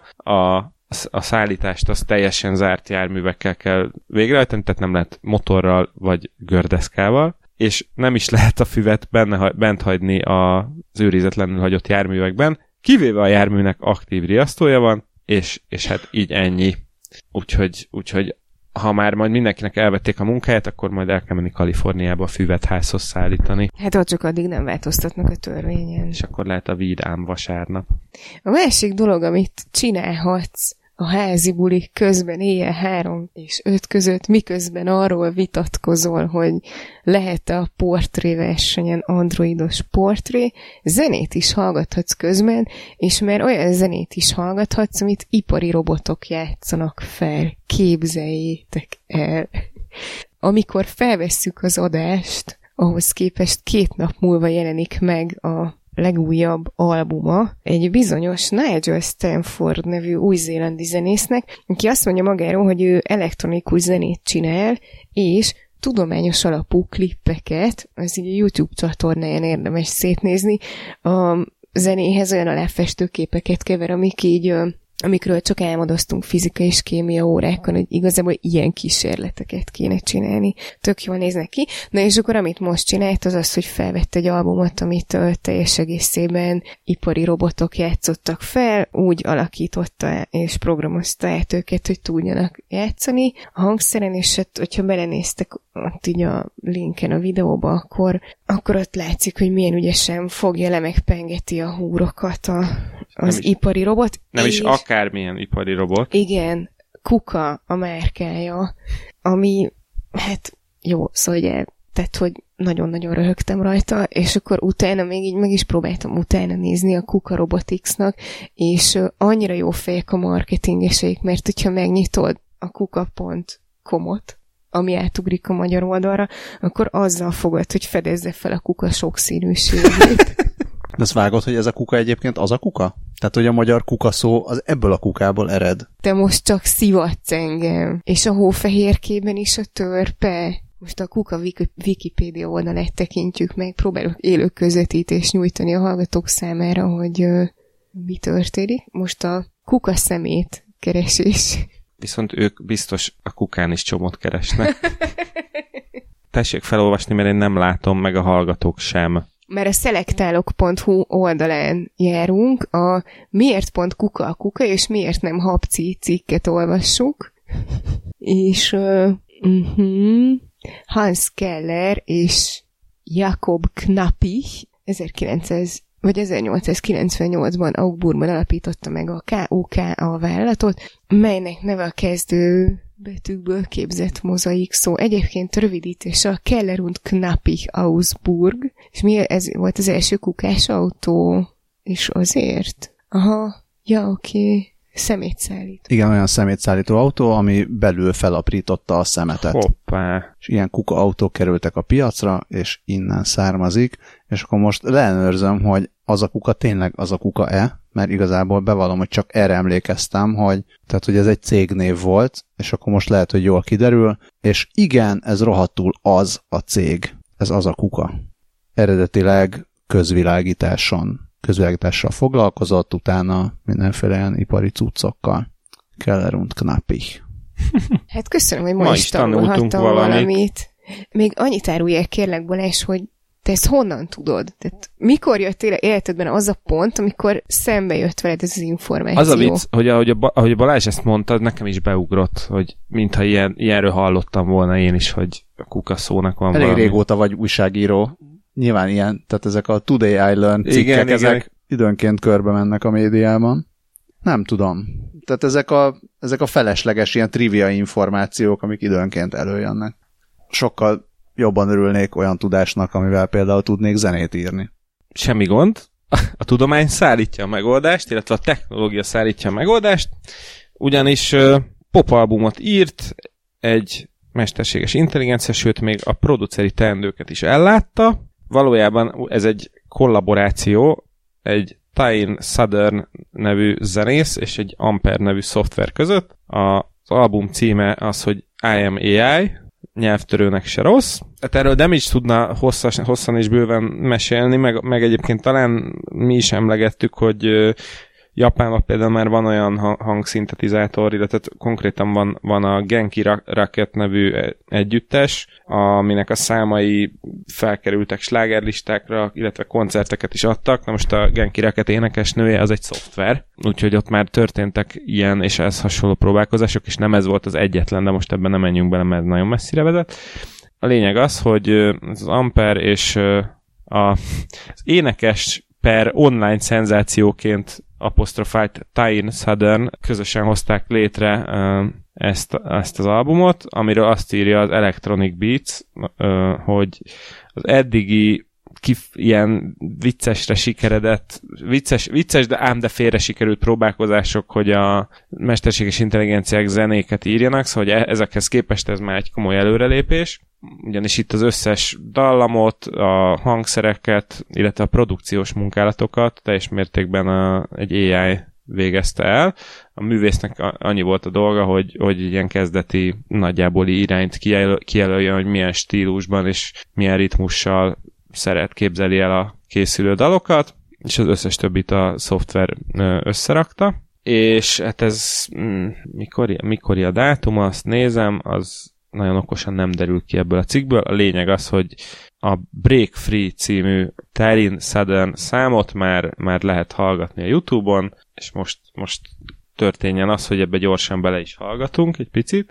a szállítást az teljesen zárt járművekkel kell végrehajtani, tehát nem lehet motorral vagy gördeszkával, és nem is lehet a füvet bent hagyni az őrizetlenül hagyott járművekben, kivéve a járműnek aktív riasztója van, és hát így ennyi. Úgyhogy ha már majd mindenkinek elvették a munkáját, akkor majd el kell menni Kaliforniába a füvet házhoz szállítani. Hát ott csak addig nem változtatnak a törvényen. És akkor lehet a vidám vasárnap. A másik dolog, amit csinálhatsz a házi bulik közben éjjel 3 és 5 között, miközben arról vitatkozol, hogy lehet-e a portré versenyen androidos portré, zenét is hallgathatsz közben, és már olyan zenét is hallgathatsz, amit ipari robotok játszanak fel. Képzeljétek el! Amikor felvesszük az adást, ahhoz képest 2 nap múlva jelenik meg a legújabb albuma egy bizonyos Nigel Stanford nevű új-zélandi zenésznek, aki azt mondja magáról, hogy ő elektronikus zenét csinál, és tudományos alapú klippeket, az így a YouTube csatornáján érdemes szétnézni, a zenéhez olyan aláfestő képeket kever, amik így amikről csak álmodoztunk fizika és kémia órákon, hogy igazából ilyen kísérleteket kéne csinálni. Tök jól néznek ki. Na és akkor amit most csinált, az az, hogy felvett egy albumot, amit teljes egészében ipari robotok játszottak fel, úgy alakította és programozta át őket, hogy tudjanak játszani a hangszeren, és hát, hogyha belenéztek ott így a linken a videóba, akkor ott látszik, hogy milyen ügyesen fogja le, megpengeti a húrokat az ipari robot. Nem is akármilyen ipari robot. Igen, Kuka a márkája, ami, hát jó, szóval ugye, tehát, hogy nagyon-nagyon röhögtem rajta, és akkor utána még így meg is próbáltam utána nézni a Kuka Roboticsnak, és annyira jó fejek a marketingeseik, mert hogyha megnyitod a kuka.com-ot, ami átugrik a magyar oldalra, akkor azzal fogod, hogy fedezze fel a kuka sokszínűségét. De azt vágod, hogy ez a kuka egyébként az a kuka? Tehát, hogy a magyar kuka szó az ebből a kukából ered. Te most csak szivatsz engem. És a hófehérkében is a törpe. Most a kuka Wikipédia oldalát tekintjük meg, próbálok élő közvetítést nyújtani a hallgatók számára, hogy mi történik. Most a kuka szemét keresés. Viszont ők biztos a kukán is csomót keresnek. Tessék felolvasni, mert én nem látom, meg a hallgatók sem. Mert a szelektálok.hu oldalán járunk, a miért.kuka a kuka, és miért nem habci cikket olvassuk. És Hans Keller és Jakob Knappich 1898-ban Augsburgban alapította meg a KUKA vállalatot, melynek neve a kezdő betűkből képzett mozaik szó. Egyébként rövidítés a Keller und Knappich Augsburg, és ez volt az első kukás autó, és azért? Aha, ja, oké. Szemétszállító. Igen, olyan szemétszállító autó, ami belül felaprította a szemetet. Hoppá. És ilyen kuka autók kerültek a piacra, és innen származik, és akkor most leellenőrzöm, hogy az a kuka tényleg az a kuka-e, mert igazából bevallom, hogy csak erre emlékeztem, hogy ez egy cégnév volt, és akkor most lehet, hogy jól kiderül, és igen, ez rohadtul az a cég, ez az a kuka. Eredetileg közvilágítással foglalkozott, utána mindenféle ilyen ipari cuccokkal. Keller und Knappich. Hát köszönöm, hogy ma is tanulhattam valamit. Még annyit árulják, kérlek, Balázs, hogy te ezt honnan tudod? Tehát mikor jöttél életedben az a pont, amikor szembe jött veled ez az információ? Az a vicc, hogy ahogy Balázs ezt mondtad, nekem is beugrott, hogy mintha ilyenről hallottam volna én is, hogy a kuka szónak van elég valami. régóta vagy újságíró. Nyilván ilyen, tehát ezek a Today I Learn cikkek, ezek időnként körbe mennek a médiában. Nem tudom. Tehát ezek a felesleges ilyen trivia információk, amik időnként előjönnek. Sokkal jobban örülnék olyan tudásnak, amivel például tudnék zenét írni. Semmi gond. A tudomány szállítja a megoldást, illetve a technológia szállítja a megoldást, ugyanis popalbumot írt egy mesterséges intelligencia, sőt még a produceri teendőket is ellátta. Valójában ez egy kollaboráció, egy Tyne Southern nevű zenész és egy Ampere nevű szoftver között. Az album címe az, hogy I Am AI, nyelvtörőnek se rossz. Hát erről nem is tudna hosszan és bőven mesélni, meg egyébként talán mi is emlegettük, hogy Japánban például már van olyan hangszintetizátor, illetve konkrétan van a Genki Racket nevű együttes, aminek a számai felkerültek slágerlistákra, illetve koncerteket is adtak. Na most a Genki Racket énekesnője az egy szoftver, úgyhogy ott már történtek ilyen és ez hasonló próbálkozások, és nem ez volt az egyetlen, de most ebben nem menjünk bele, mert nagyon messzire vezet. A lényeg az, hogy az Ampere és az énekes per online szenzációként apostrofált Tyin Southern közösen hozták létre ezt az albumot, amiről azt írja az Electronic Beats, hogy az eddigi ilyen viccesre sikeredett, vicces, de ám de félre sikerült próbálkozások, hogy a mesterséges intelligenciák zenéket írjanak, szóval hogy ezekhez képest ez már egy komoly előrelépés, ugyanis itt az összes dallamot, a hangszereket, illetve a produkciós munkálatokat teljes mértékben egy AI végezte el. A művésznek annyi volt a dolga, hogy ilyen kezdeti nagyjáboli irányt kijelölje, hogy milyen stílusban és milyen ritmussal képzeli el a készülő dalokat, és az összes többit a szoftver összerakta. És hát ez mikori a dátum, azt nézem, az nagyon okosan nem derül ki ebből a cikkből. A lényeg az, hogy a Break Free című Tyin Southern számot már lehet hallgatni a YouTube-on, és most történjen az, hogy ebbe gyorsan bele is hallgatunk egy picit.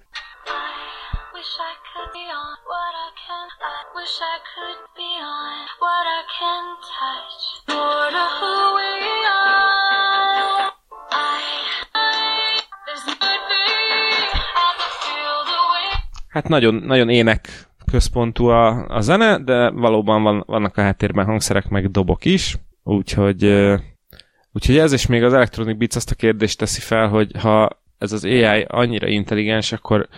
Hát nagyon, nagyon ének központú a zene, de valóban vannak a háttérben hangszerek, meg dobok is, úgyhogy ez, és még az Electronic Beats azt a kérdést teszi fel, hogy ha ez az AI annyira intelligens, akkor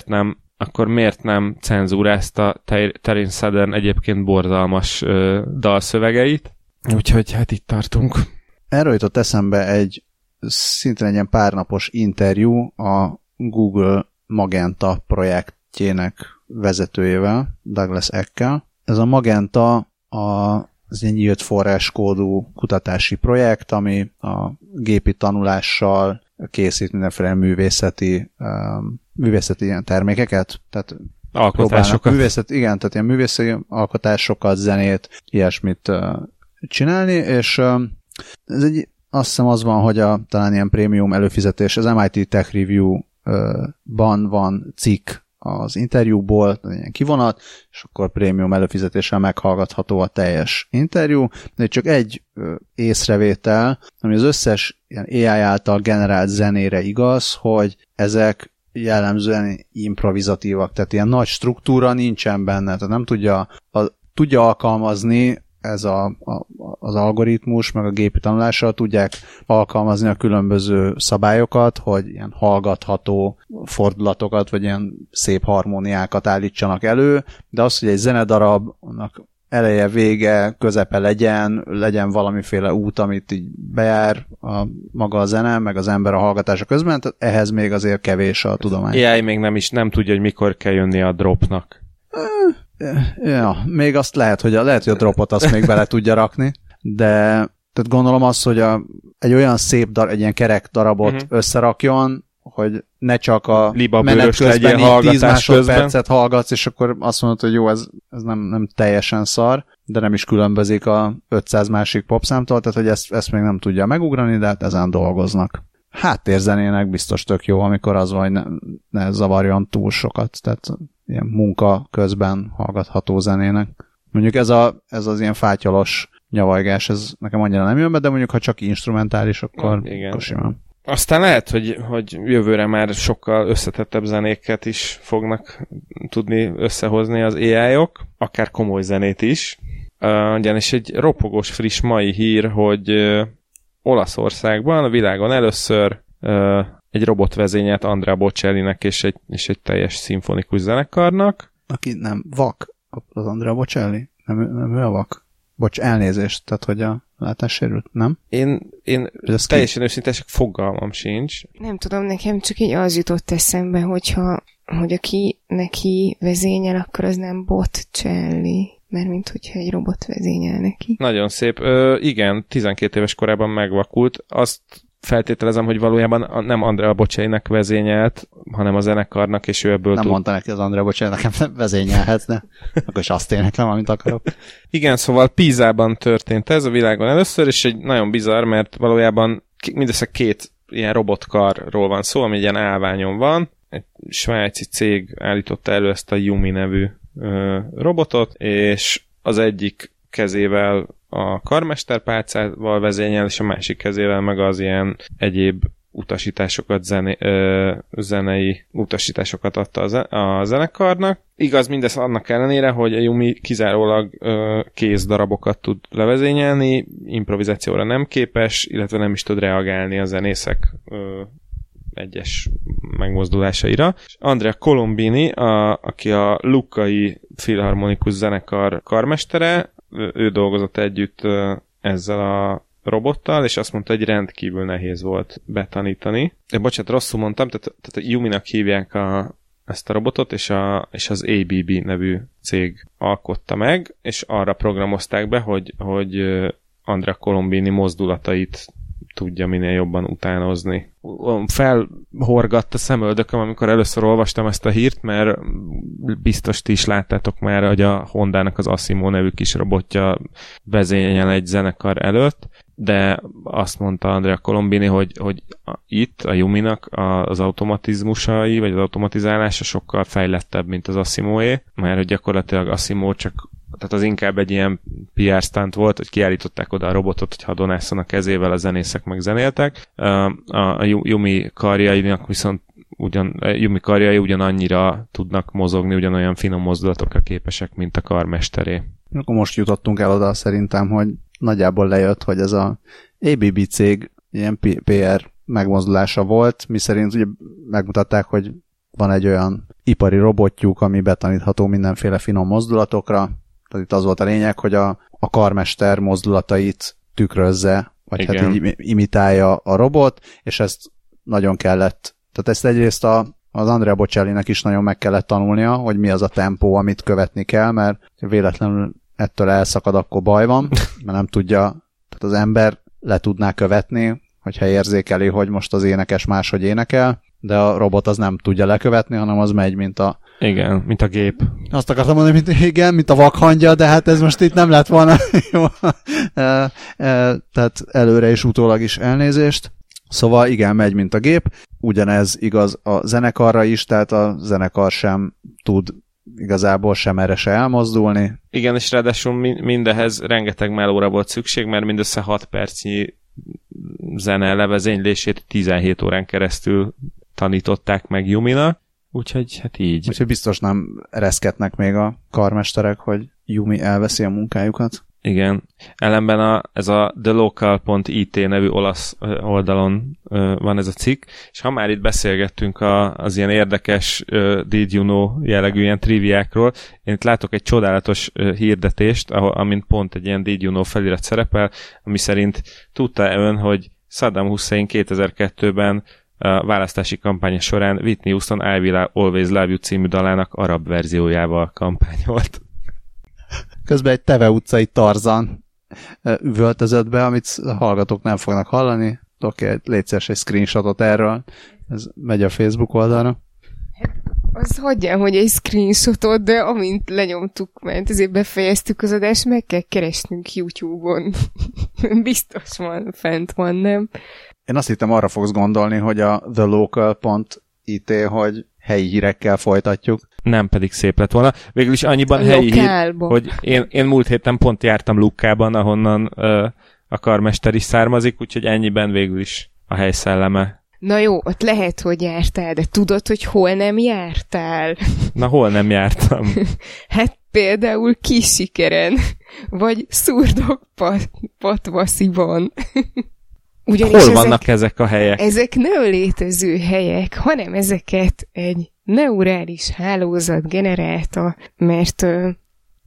miért nem cenzúrázta Tyin Southern egyébként borzalmas dalszövegeit? Úgyhogy hát itt tartunk. Erről jutott eszembe szintén egy ilyen párnapos interjú a Google Magenta projektjének vezetőjével, Douglas Eckkel. Ez a Magenta az egy nyílt forráskódú kutatási projekt, ami a gépi tanulással készít mindenféle művészeti ilyen termékeket, tehát alkotásokat. Tehát ilyen művészeti alkotásokat, zenét, ilyesmit csinálni, és ez azt hiszem az van, hogy talán ilyen prémium előfizetés, az MIT Tech Review-ban van cikk az interjúból, ilyen kivonat, és akkor prémium előfizetéssel meghallgatható a teljes interjú, de csak egy észrevétel, ami az összes ilyen AI által generált zenére igaz, hogy ezek jellemzően improvizatívak, tehát ilyen nagy struktúra nincsen benne, tehát nem tudja alkalmazni ez az algoritmus, meg a gépi tanulással tudják alkalmazni a különböző szabályokat, hogy ilyen hallgatható fordulatokat, vagy ilyen szép harmóniákat állítsanak elő, de az, hogy egy zenedarabnak eleje, vége, közepe legyen valamiféle út, amit így bejár maga a zene, meg az ember a hallgatása közben, tehát ehhez még azért kevés a tudomány. AI még nem tudja, hogy mikor kell jönni a dropnak. Ja, még azt lehet, hogy a dropot azt még bele tudja rakni, de tehát gondolom azt, hogy egy olyan szép egy ilyen kerek darabot összerakjon, hogy ne csak a menet közben 10 másodpercet hallgatsz, és akkor azt mondod, hogy jó, ez nem teljesen szar, de nem is különbözik a 500 másik popszámtól, tehát hogy ezt még nem tudja megugrani, de hát ezen dolgoznak. Háttérzenének biztos tök jó, amikor az van, hogy ne zavarjon túl sokat, tehát ilyen munka közben hallgatható zenének. Mondjuk ez az ilyen fátyolos nyavajgás, ez nekem annyira nem jön be, de mondjuk ha csak instrumentális, akkor simán. Aztán lehet, hogy jövőre már sokkal összetettebb zenéket is fognak tudni összehozni az AI-ok, akár komoly zenét is. Ugyanis egy ropogós friss mai hír, hogy Olaszországban, a világon először egy robot vezényelt Andrea Bocellinek és egy teljes szimfonikus zenekarnak. Aki nem vak, az Andrea Bocelli? Nem ő a vak? Bocs, elnézést, tehát hogy a látássérült, nem? Én teljesen őszintén fogalmam sincs. Nem tudom, nekem csak így az jutott eszembe, hogy aki neki vezényel, akkor az nem Bocelli, mert mint hogyha egy robot vezényel neki. Nagyon szép. Igen, 12 éves korában megvakult. Azt feltételezem, hogy valójában nem Andrea Bocellinek vezényelt, hanem a zenekarnak, és ő ebből nem mondta neki az Andrea Bocelli, nekem vezényelhetne. Akkor is azt éneklem, amit akarok. Igen, szóval Pízában történt ez a világon először, és egy nagyon bizarr, mert valójában mindössze 2 ilyen robotkarról van szó, ami egy ilyen állványon van. Egy svájci cég állította elő ezt a Yumi nevű robotot, és az egyik kezével a karmesterpálcával vezényel, és a másik kezével meg az ilyen egyéb utasításokat, zenei utasításokat adta a zenekarnak. Igaz, mindez annak ellenére, hogy a Yumi kizárólag kézdarabokat tud levezényelni, improvizációra nem képes, illetve nem is tud reagálni a zenészek egyes megmozdulásaira. Andrea Colombini, aki a Luccai Filharmonikus zenekar karmestere, ő dolgozott együtt ezzel a robottal, és azt mondta, hogy rendkívül nehéz volt betanítani. Bocsánat, rosszul mondtam, tehát a Yuminak hívják ezt a robotot, és az ABB nevű cég alkotta meg, és arra programozták be, hogy Andrea Colombini mozdulatait tudja minél jobban utánozni. Felhorgadt a szemöldököm, amikor először olvastam ezt a hírt, mert biztos ti is láttátok már, hogy a Hondának az Asimo nevű kis robotja vezényel egy zenekar előtt, de azt mondta Andrea Colombini, hogy itt a Yuminak az automatizmusai, vagy az automatizálása sokkal fejlettebb, mint az Asimoé, mert hogy gyakorlatilag Asimo csak, tehát az inkább egy ilyen PR stunt volt, hogy kiállították oda a robotot, hogy hadonásszon a kezével, a zenészek meg zenéltek. A Yumi karjainak viszont Yumi karjai ugyanannyira tudnak mozogni, ugyanolyan finom mozdulatokra képesek, mint a karmesteré. Akkor most jutottunk el oda szerintem, hogy nagyjából lejött, hogy ez a ABB cég ilyen PR megmozdulása volt, miszerint ugye megmutatták, hogy van egy olyan ipari robotjuk, ami betanítható mindenféle finom mozdulatokra. Tehát itt az volt a lényeg, hogy a karmester mozdulatait tükrözze, vagy igen, hát így imitálja a robot, és ezt nagyon kellett. Tehát ezt egyrészt az Andrea Bocellinek is nagyon meg kellett tanulnia, hogy mi az a tempó, amit követni kell, mert véletlenül ettől elszakad, akkor baj van, mert nem tudja, tehát az ember le tudná követni, hogyha érzékeli, hogy most az énekes máshogy énekel, de a robot az nem tudja lekövetni, hanem az megy, mint a... Igen, mint a gép. Azt akartam mondani, mint a vakhangya, de hát ez most itt nem lett volna jó. Tehát előre és utólag is elnézést. Szóval igen, megy, mint a gép. Ugyanez igaz a zenekarra is, tehát a zenekar sem tud igazából sem erre se elmozdulni. Igen, és ráadásul mindehez rengeteg melóra volt szükség, mert mindössze 6 percnyi zene levezénylését 17 órán keresztül tanították meg Yuminak, úgyhogy hát így. Úgyhogy biztos nem ereszkednek még a karmesterek, hogy Yumi elveszi a munkájukat. Igen. Ellenben ez a thelocal.it nevű olasz oldalon van ez a cikk, és ha már itt beszélgettünk az ilyen érdekes Did You Know jellegű ilyen triviákról, én itt látok egy csodálatos hirdetést, amint pont egy ilyen Did You Know felirat szerepel, ami szerint tudta-e ön, hogy Saddam Hussein 2002-ben a választási kampánya során Whitney Houston I Will Always Love You című dalának arab verziójával kampányolt. Közben egy Teve utcai Tarzan üvöltözött be, amit a hallgatók nem fognak hallani. Oké, légy szíves egy screenshotot erről. Ez megy a Facebook oldalra. Az hagyján, hogy egy screenshotot, de amint lenyomtuk, mert ezért befejeztük az adást, meg kell keresnünk YouTube-on. Biztos van, fent van, nem? Én azt hittem, arra fogsz gondolni, hogy a thelocal.it, hogy helyi hírekkel folytatjuk. Nem, pedig szép lett volna. Végül is annyiban helyi hír, hogy én múlt héten pont jártam Lukkában, ahonnan a karmester is származik, úgyhogy ennyiben végül is a hely szelleme. Na jó, ott lehet, hogy jártál, de tudod, hogy hol nem jártál? Na, hol nem jártam? Hát például Kisikeren, vagy Szurdok-Patvasziban. Hol vannak ezek a helyek? Ezek nem létező helyek, hanem ezeket egy neurális hálózat generálta, mert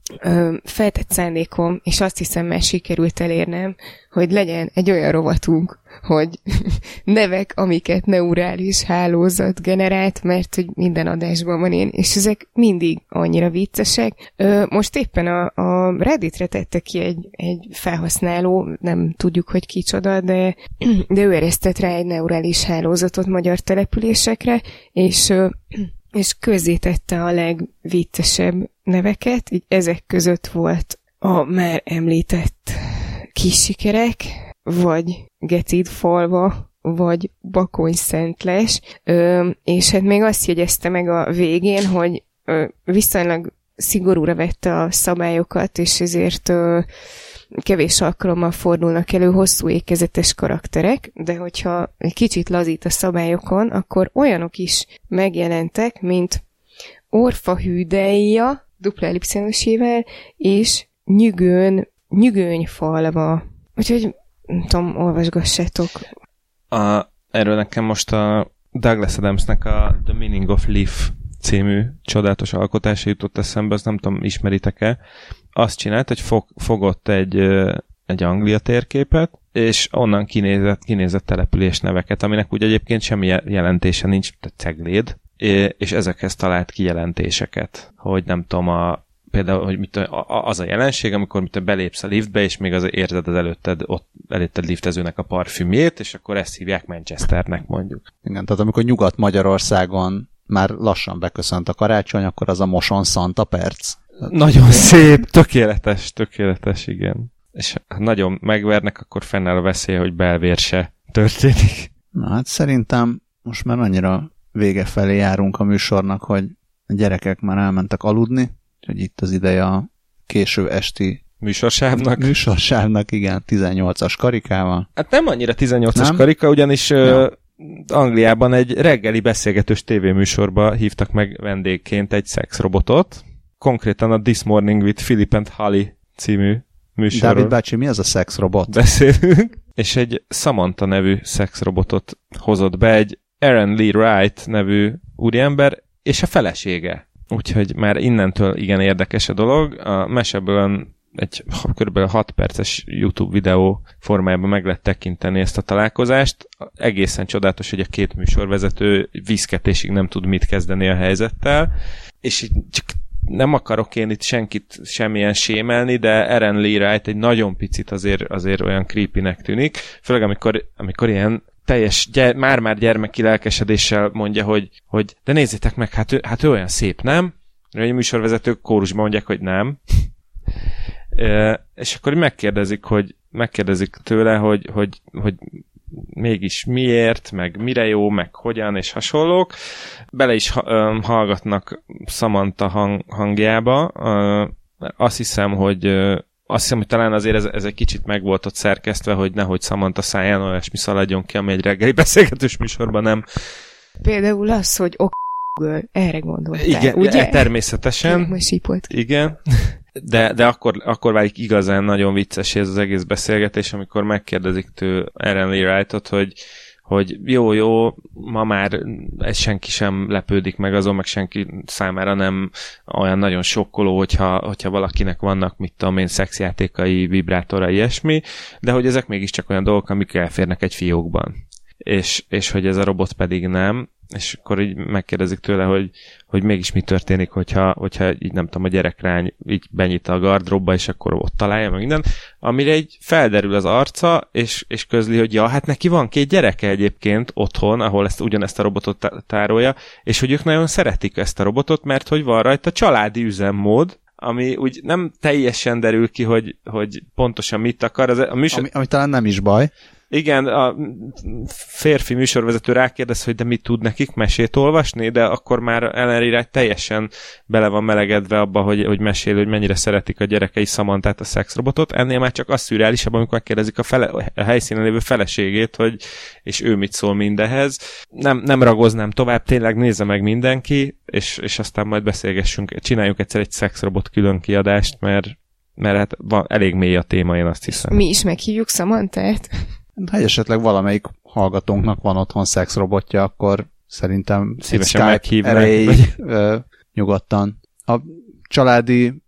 feltett szándékom, és azt hiszem már sikerült elérnem, hogy legyen egy olyan rovatunk, hogy nevek, amiket neurális hálózat generált, mert hogy minden adásban van én, és ezek mindig annyira viccesek. Most éppen a Redditre tette ki egy felhasználó, nem tudjuk, hogy kicsoda, de ő eresztett rá egy neurális hálózatot magyar településekre, és közzétette a legviccesebb neveket, így ezek között volt a már említett kis sikerek, vagy Gecidfalva, vagy Bakony-Szentles, és hát még azt jegyezte meg a végén, hogy viszonylag szigorúra vette a szabályokat, és ezért kevés alkalommal fordulnak elő hosszú ékezetes karakterek, de hogyha egy kicsit lazít a szabályokon, akkor olyanok is megjelentek, mint Orfahüdeia, dupla ellipszinusével, és Nyügönyfalva. Úgyhogy, nem tudom, olvasgassátok. Erről nekem most a Douglas Adamsnek a The Meaning of Life című csodálatos alkotása jutott eszembe, azt nem tudom, ismeritek-e. Azt csinált, hogy fogott egy Anglia térképet, és onnan kinézett település neveket, aminek úgy egyébként semmi jelentése nincs, tehát Cegléd, és ezekhez talált kijelentéseket, hogy nem tudom, például, hogy az a jelenség, amikor belépsz a liftbe, és még az érzed az előtted liftezőnek a parfümjét, és akkor ezt hívják Manchesternek, mondjuk. Igen, tehát amikor Nyugat-Magyarországon már lassan beköszönt a karácsony, akkor az a Moson Szanta perc. Nagyon szép, tökéletes, igen. És ha nagyon megvernek, akkor fennáll a veszély, hogy belvér se történik. Na hát szerintem most már annyira vége felé járunk a műsornak, hogy a gyerekek már elmentek aludni, hogy itt az ideje a késő esti műsorsávnak, igen, 18-as karikával. Hát nem annyira 18-as karika, ugyanis Angliában egy reggeli beszélgetős tévéműsorba hívtak meg vendégként egy szexrobotot. Konkrétan a This Morning with Philip and Holly című műsorról. Dávid bácsi, mi az a szexrobot? Beszélünk. És egy Samantha nevű szexrobotot hozott be egy Aaron Lee Wright nevű úriember, és a felesége. Úgyhogy már innentől igen érdekes a dolog. A meseből egy kb. 6 perces YouTube videó formájában meg lehet tekinteni ezt a találkozást. Egészen csodálatos, hogy a két műsorvezető viszketésig nem tud mit kezdeni a helyzettel, és csak nem akarok én itt senkit semmilyen sémelni, de Aaron Lee Wright egy nagyon picit azért olyan creepynek tűnik, főleg amikor ilyen teljes, már gyermeki lelkesedéssel mondja, hogy de nézzétek meg, hát ő olyan szép, nem? A műsorvezetők kórusban mondják, hogy nem. És akkor megkérdezik tőle, hogy mégis miért, meg mire jó, meg hogyan, és hasonlók. Bele is hallgatnak Samantha hangjába. Azt hiszem, hogy talán azért ez egy kicsit meg volt ott szerkesztve, hogy nehogy Samantha száján olyasmi szaladjon ki, ami egy reggeli beszélgetős műsorban nem. Például az, hogy erre gondoltál, igen, ugye? Természetesen. Igen. De akkor válik igazán nagyon vicces ez az egész beszélgetés, amikor megkérdezik tőle Aaron Lee Wrightot, hogy jó, ma már senki sem lepődik meg azon, meg senki számára nem olyan nagyon sokkoló, hogyha valakinek vannak, mit tudom én, szexjátékai, vibrátora, ilyesmi, de hogy ezek mégiscsak olyan dolgok, amik elférnek egy fiókban. És hogy ez a robot pedig nem, és akkor így megkérdezik tőle, hogy mégis mi történik, hogyha így nem tudom, a gyerekrány így benyit a gardróbba, és akkor ott találja meg minden, amire így felderül az arca, és közli, hogy ja, hát neki van 2 gyereke egyébként otthon, ahol ugyanezt a robotot tárolja, és hogy ők nagyon szeretik ezt a robotot, mert hogy van rajta családi üzemmód, ami úgy nem teljesen derül ki, hogy pontosan mit akar. Ami talán nem is baj. Igen, a férfi műsorvezető rákérdez, hogy de mit tud nekik mesét olvasni, de akkor már Ellen Wright teljesen bele van melegedve abba, hogy mesél, hogy mennyire szeretik a gyerekei Samanthát, a szexrobotot. Ennél már csak az szürreálisabb, amikor megkérdezik a helyszínen lévő feleségét, és ő mit szól mindehez. Nem ragoznám tovább, tényleg nézze meg mindenki, és aztán majd beszélgessünk, csináljunk egyszer egy szexrobot külön kiadást, mert hát elég mély a téma, én azt hiszem. Mi is meghívjuk Samanthát? Ha esetleg valamelyik hallgatónknak van otthon szexrobotja, akkor szerintem szívesen meghívnánk. Nyugodtan. A családi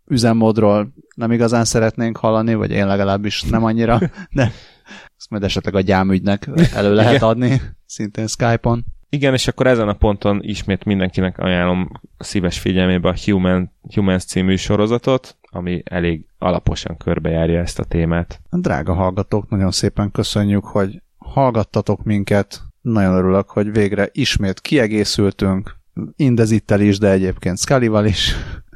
üzemmódról nem igazán szeretnénk hallani, vagy én legalábbis nem annyira, de ezt majd esetleg a gyámügynek elő lehet adni, szintén Skype-on. Igen, és akkor ezen a ponton ismét mindenkinek ajánlom szíves figyelmébe a Humans című sorozatot, ami elég alaposan körbejárja ezt a témát. Drága hallgatók, nagyon szépen köszönjük, hogy hallgattatok minket. Nagyon örülök, hogy végre ismét kiegészültünk, Indezittel is, de egyébként Scullyval is.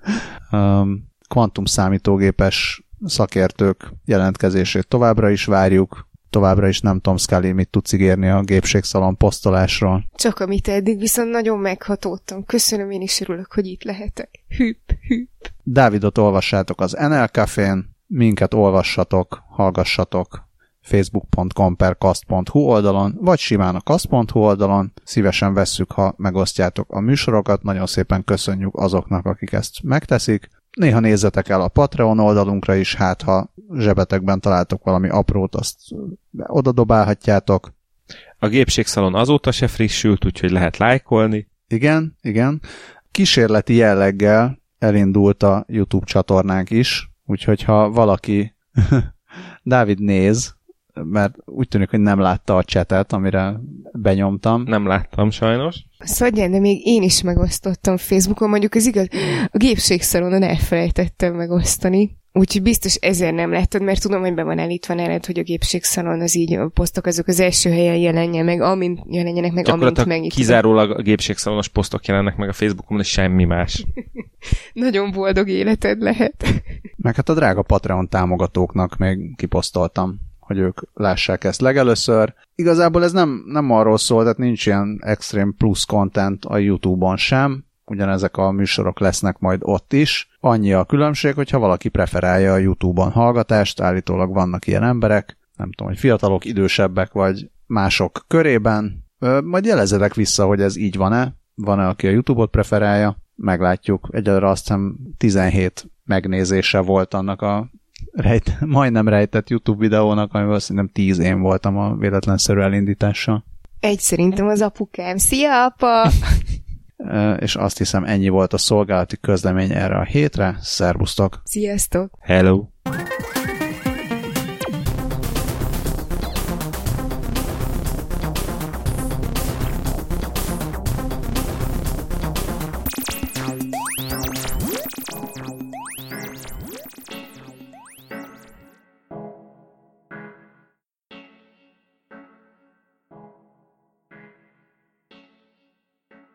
Kvantum számítógépes szakértők jelentkezését továbbra is várjuk. Továbbra is nem tudom, Scully, mit tudsz ígérni a gépségszalon posztolásról. Csak amit eddig, viszont nagyon meghatódtam. Köszönöm, én is örülök, hogy itt lehetek. Hüpp. Dávidot olvassátok az NL Cafén, minket olvassatok, hallgassatok facebook.com/kast.hu oldalon, vagy simán a kast.hu oldalon. Szívesen vesszük, ha megosztjátok a műsorokat. Nagyon szépen köszönjük azoknak, akik ezt megteszik. Néha nézzetek el a Patreon oldalunkra is, hát ha zsebetekben találtok valami aprót, azt oda dobálhatjátok. A gépségszalon azóta se frissült, úgyhogy lehet lájkolni. Igen. Kísérleti jelleggel elindult a YouTube csatornánk is, úgyhogy ha valaki Dávid néz, mert úgy tűnik, hogy nem látta a chatet, amire benyomtam. Nem láttam sajnos. Szadján, de még én is megosztottam Facebookon, mondjuk ez igaz, a gépségszalonon elfelejtettem megosztani. Úgyhogy biztos ezért nem láttad, mert tudom, hogy be van állítva nálad, hogy a gépségszalon az így a posztok azok az első helyen jelenjenek meg, amint megnyitod. Kizárólag a gépségszalonos posztok jelennek meg a Facebookon, és semmi más. Nagyon boldog életed lehet. Meg hát a drága Patreon támogatóknak még kiposztoltam, hogy ők lássák ezt legelőször. Igazából ez nem arról szól, tehát nincs ilyen extrém plusz content a YouTube-on sem, ugyanezek a műsorok lesznek majd ott is. Annyi a különbség, hogyha valaki preferálja a YouTube-on hallgatást, állítólag vannak ilyen emberek, nem tudom, hogy fiatalok, idősebbek vagy mások körében. Majd jelezzetek vissza, hogy ez így van-e, van-e, aki a YouTube-ot preferálja, meglátjuk. Egyelőre azt hiszem 17 megnézése volt annak a majdnem rejtett YouTube videónak, amivel szerintem 10 én voltam a véletlenszerű elindítással. Egy szerintem az apukám. Szia, apa! És azt hiszem ennyi volt a szolgálati közlemény erre a hétre. Szervusztok! Sziasztok! Hello!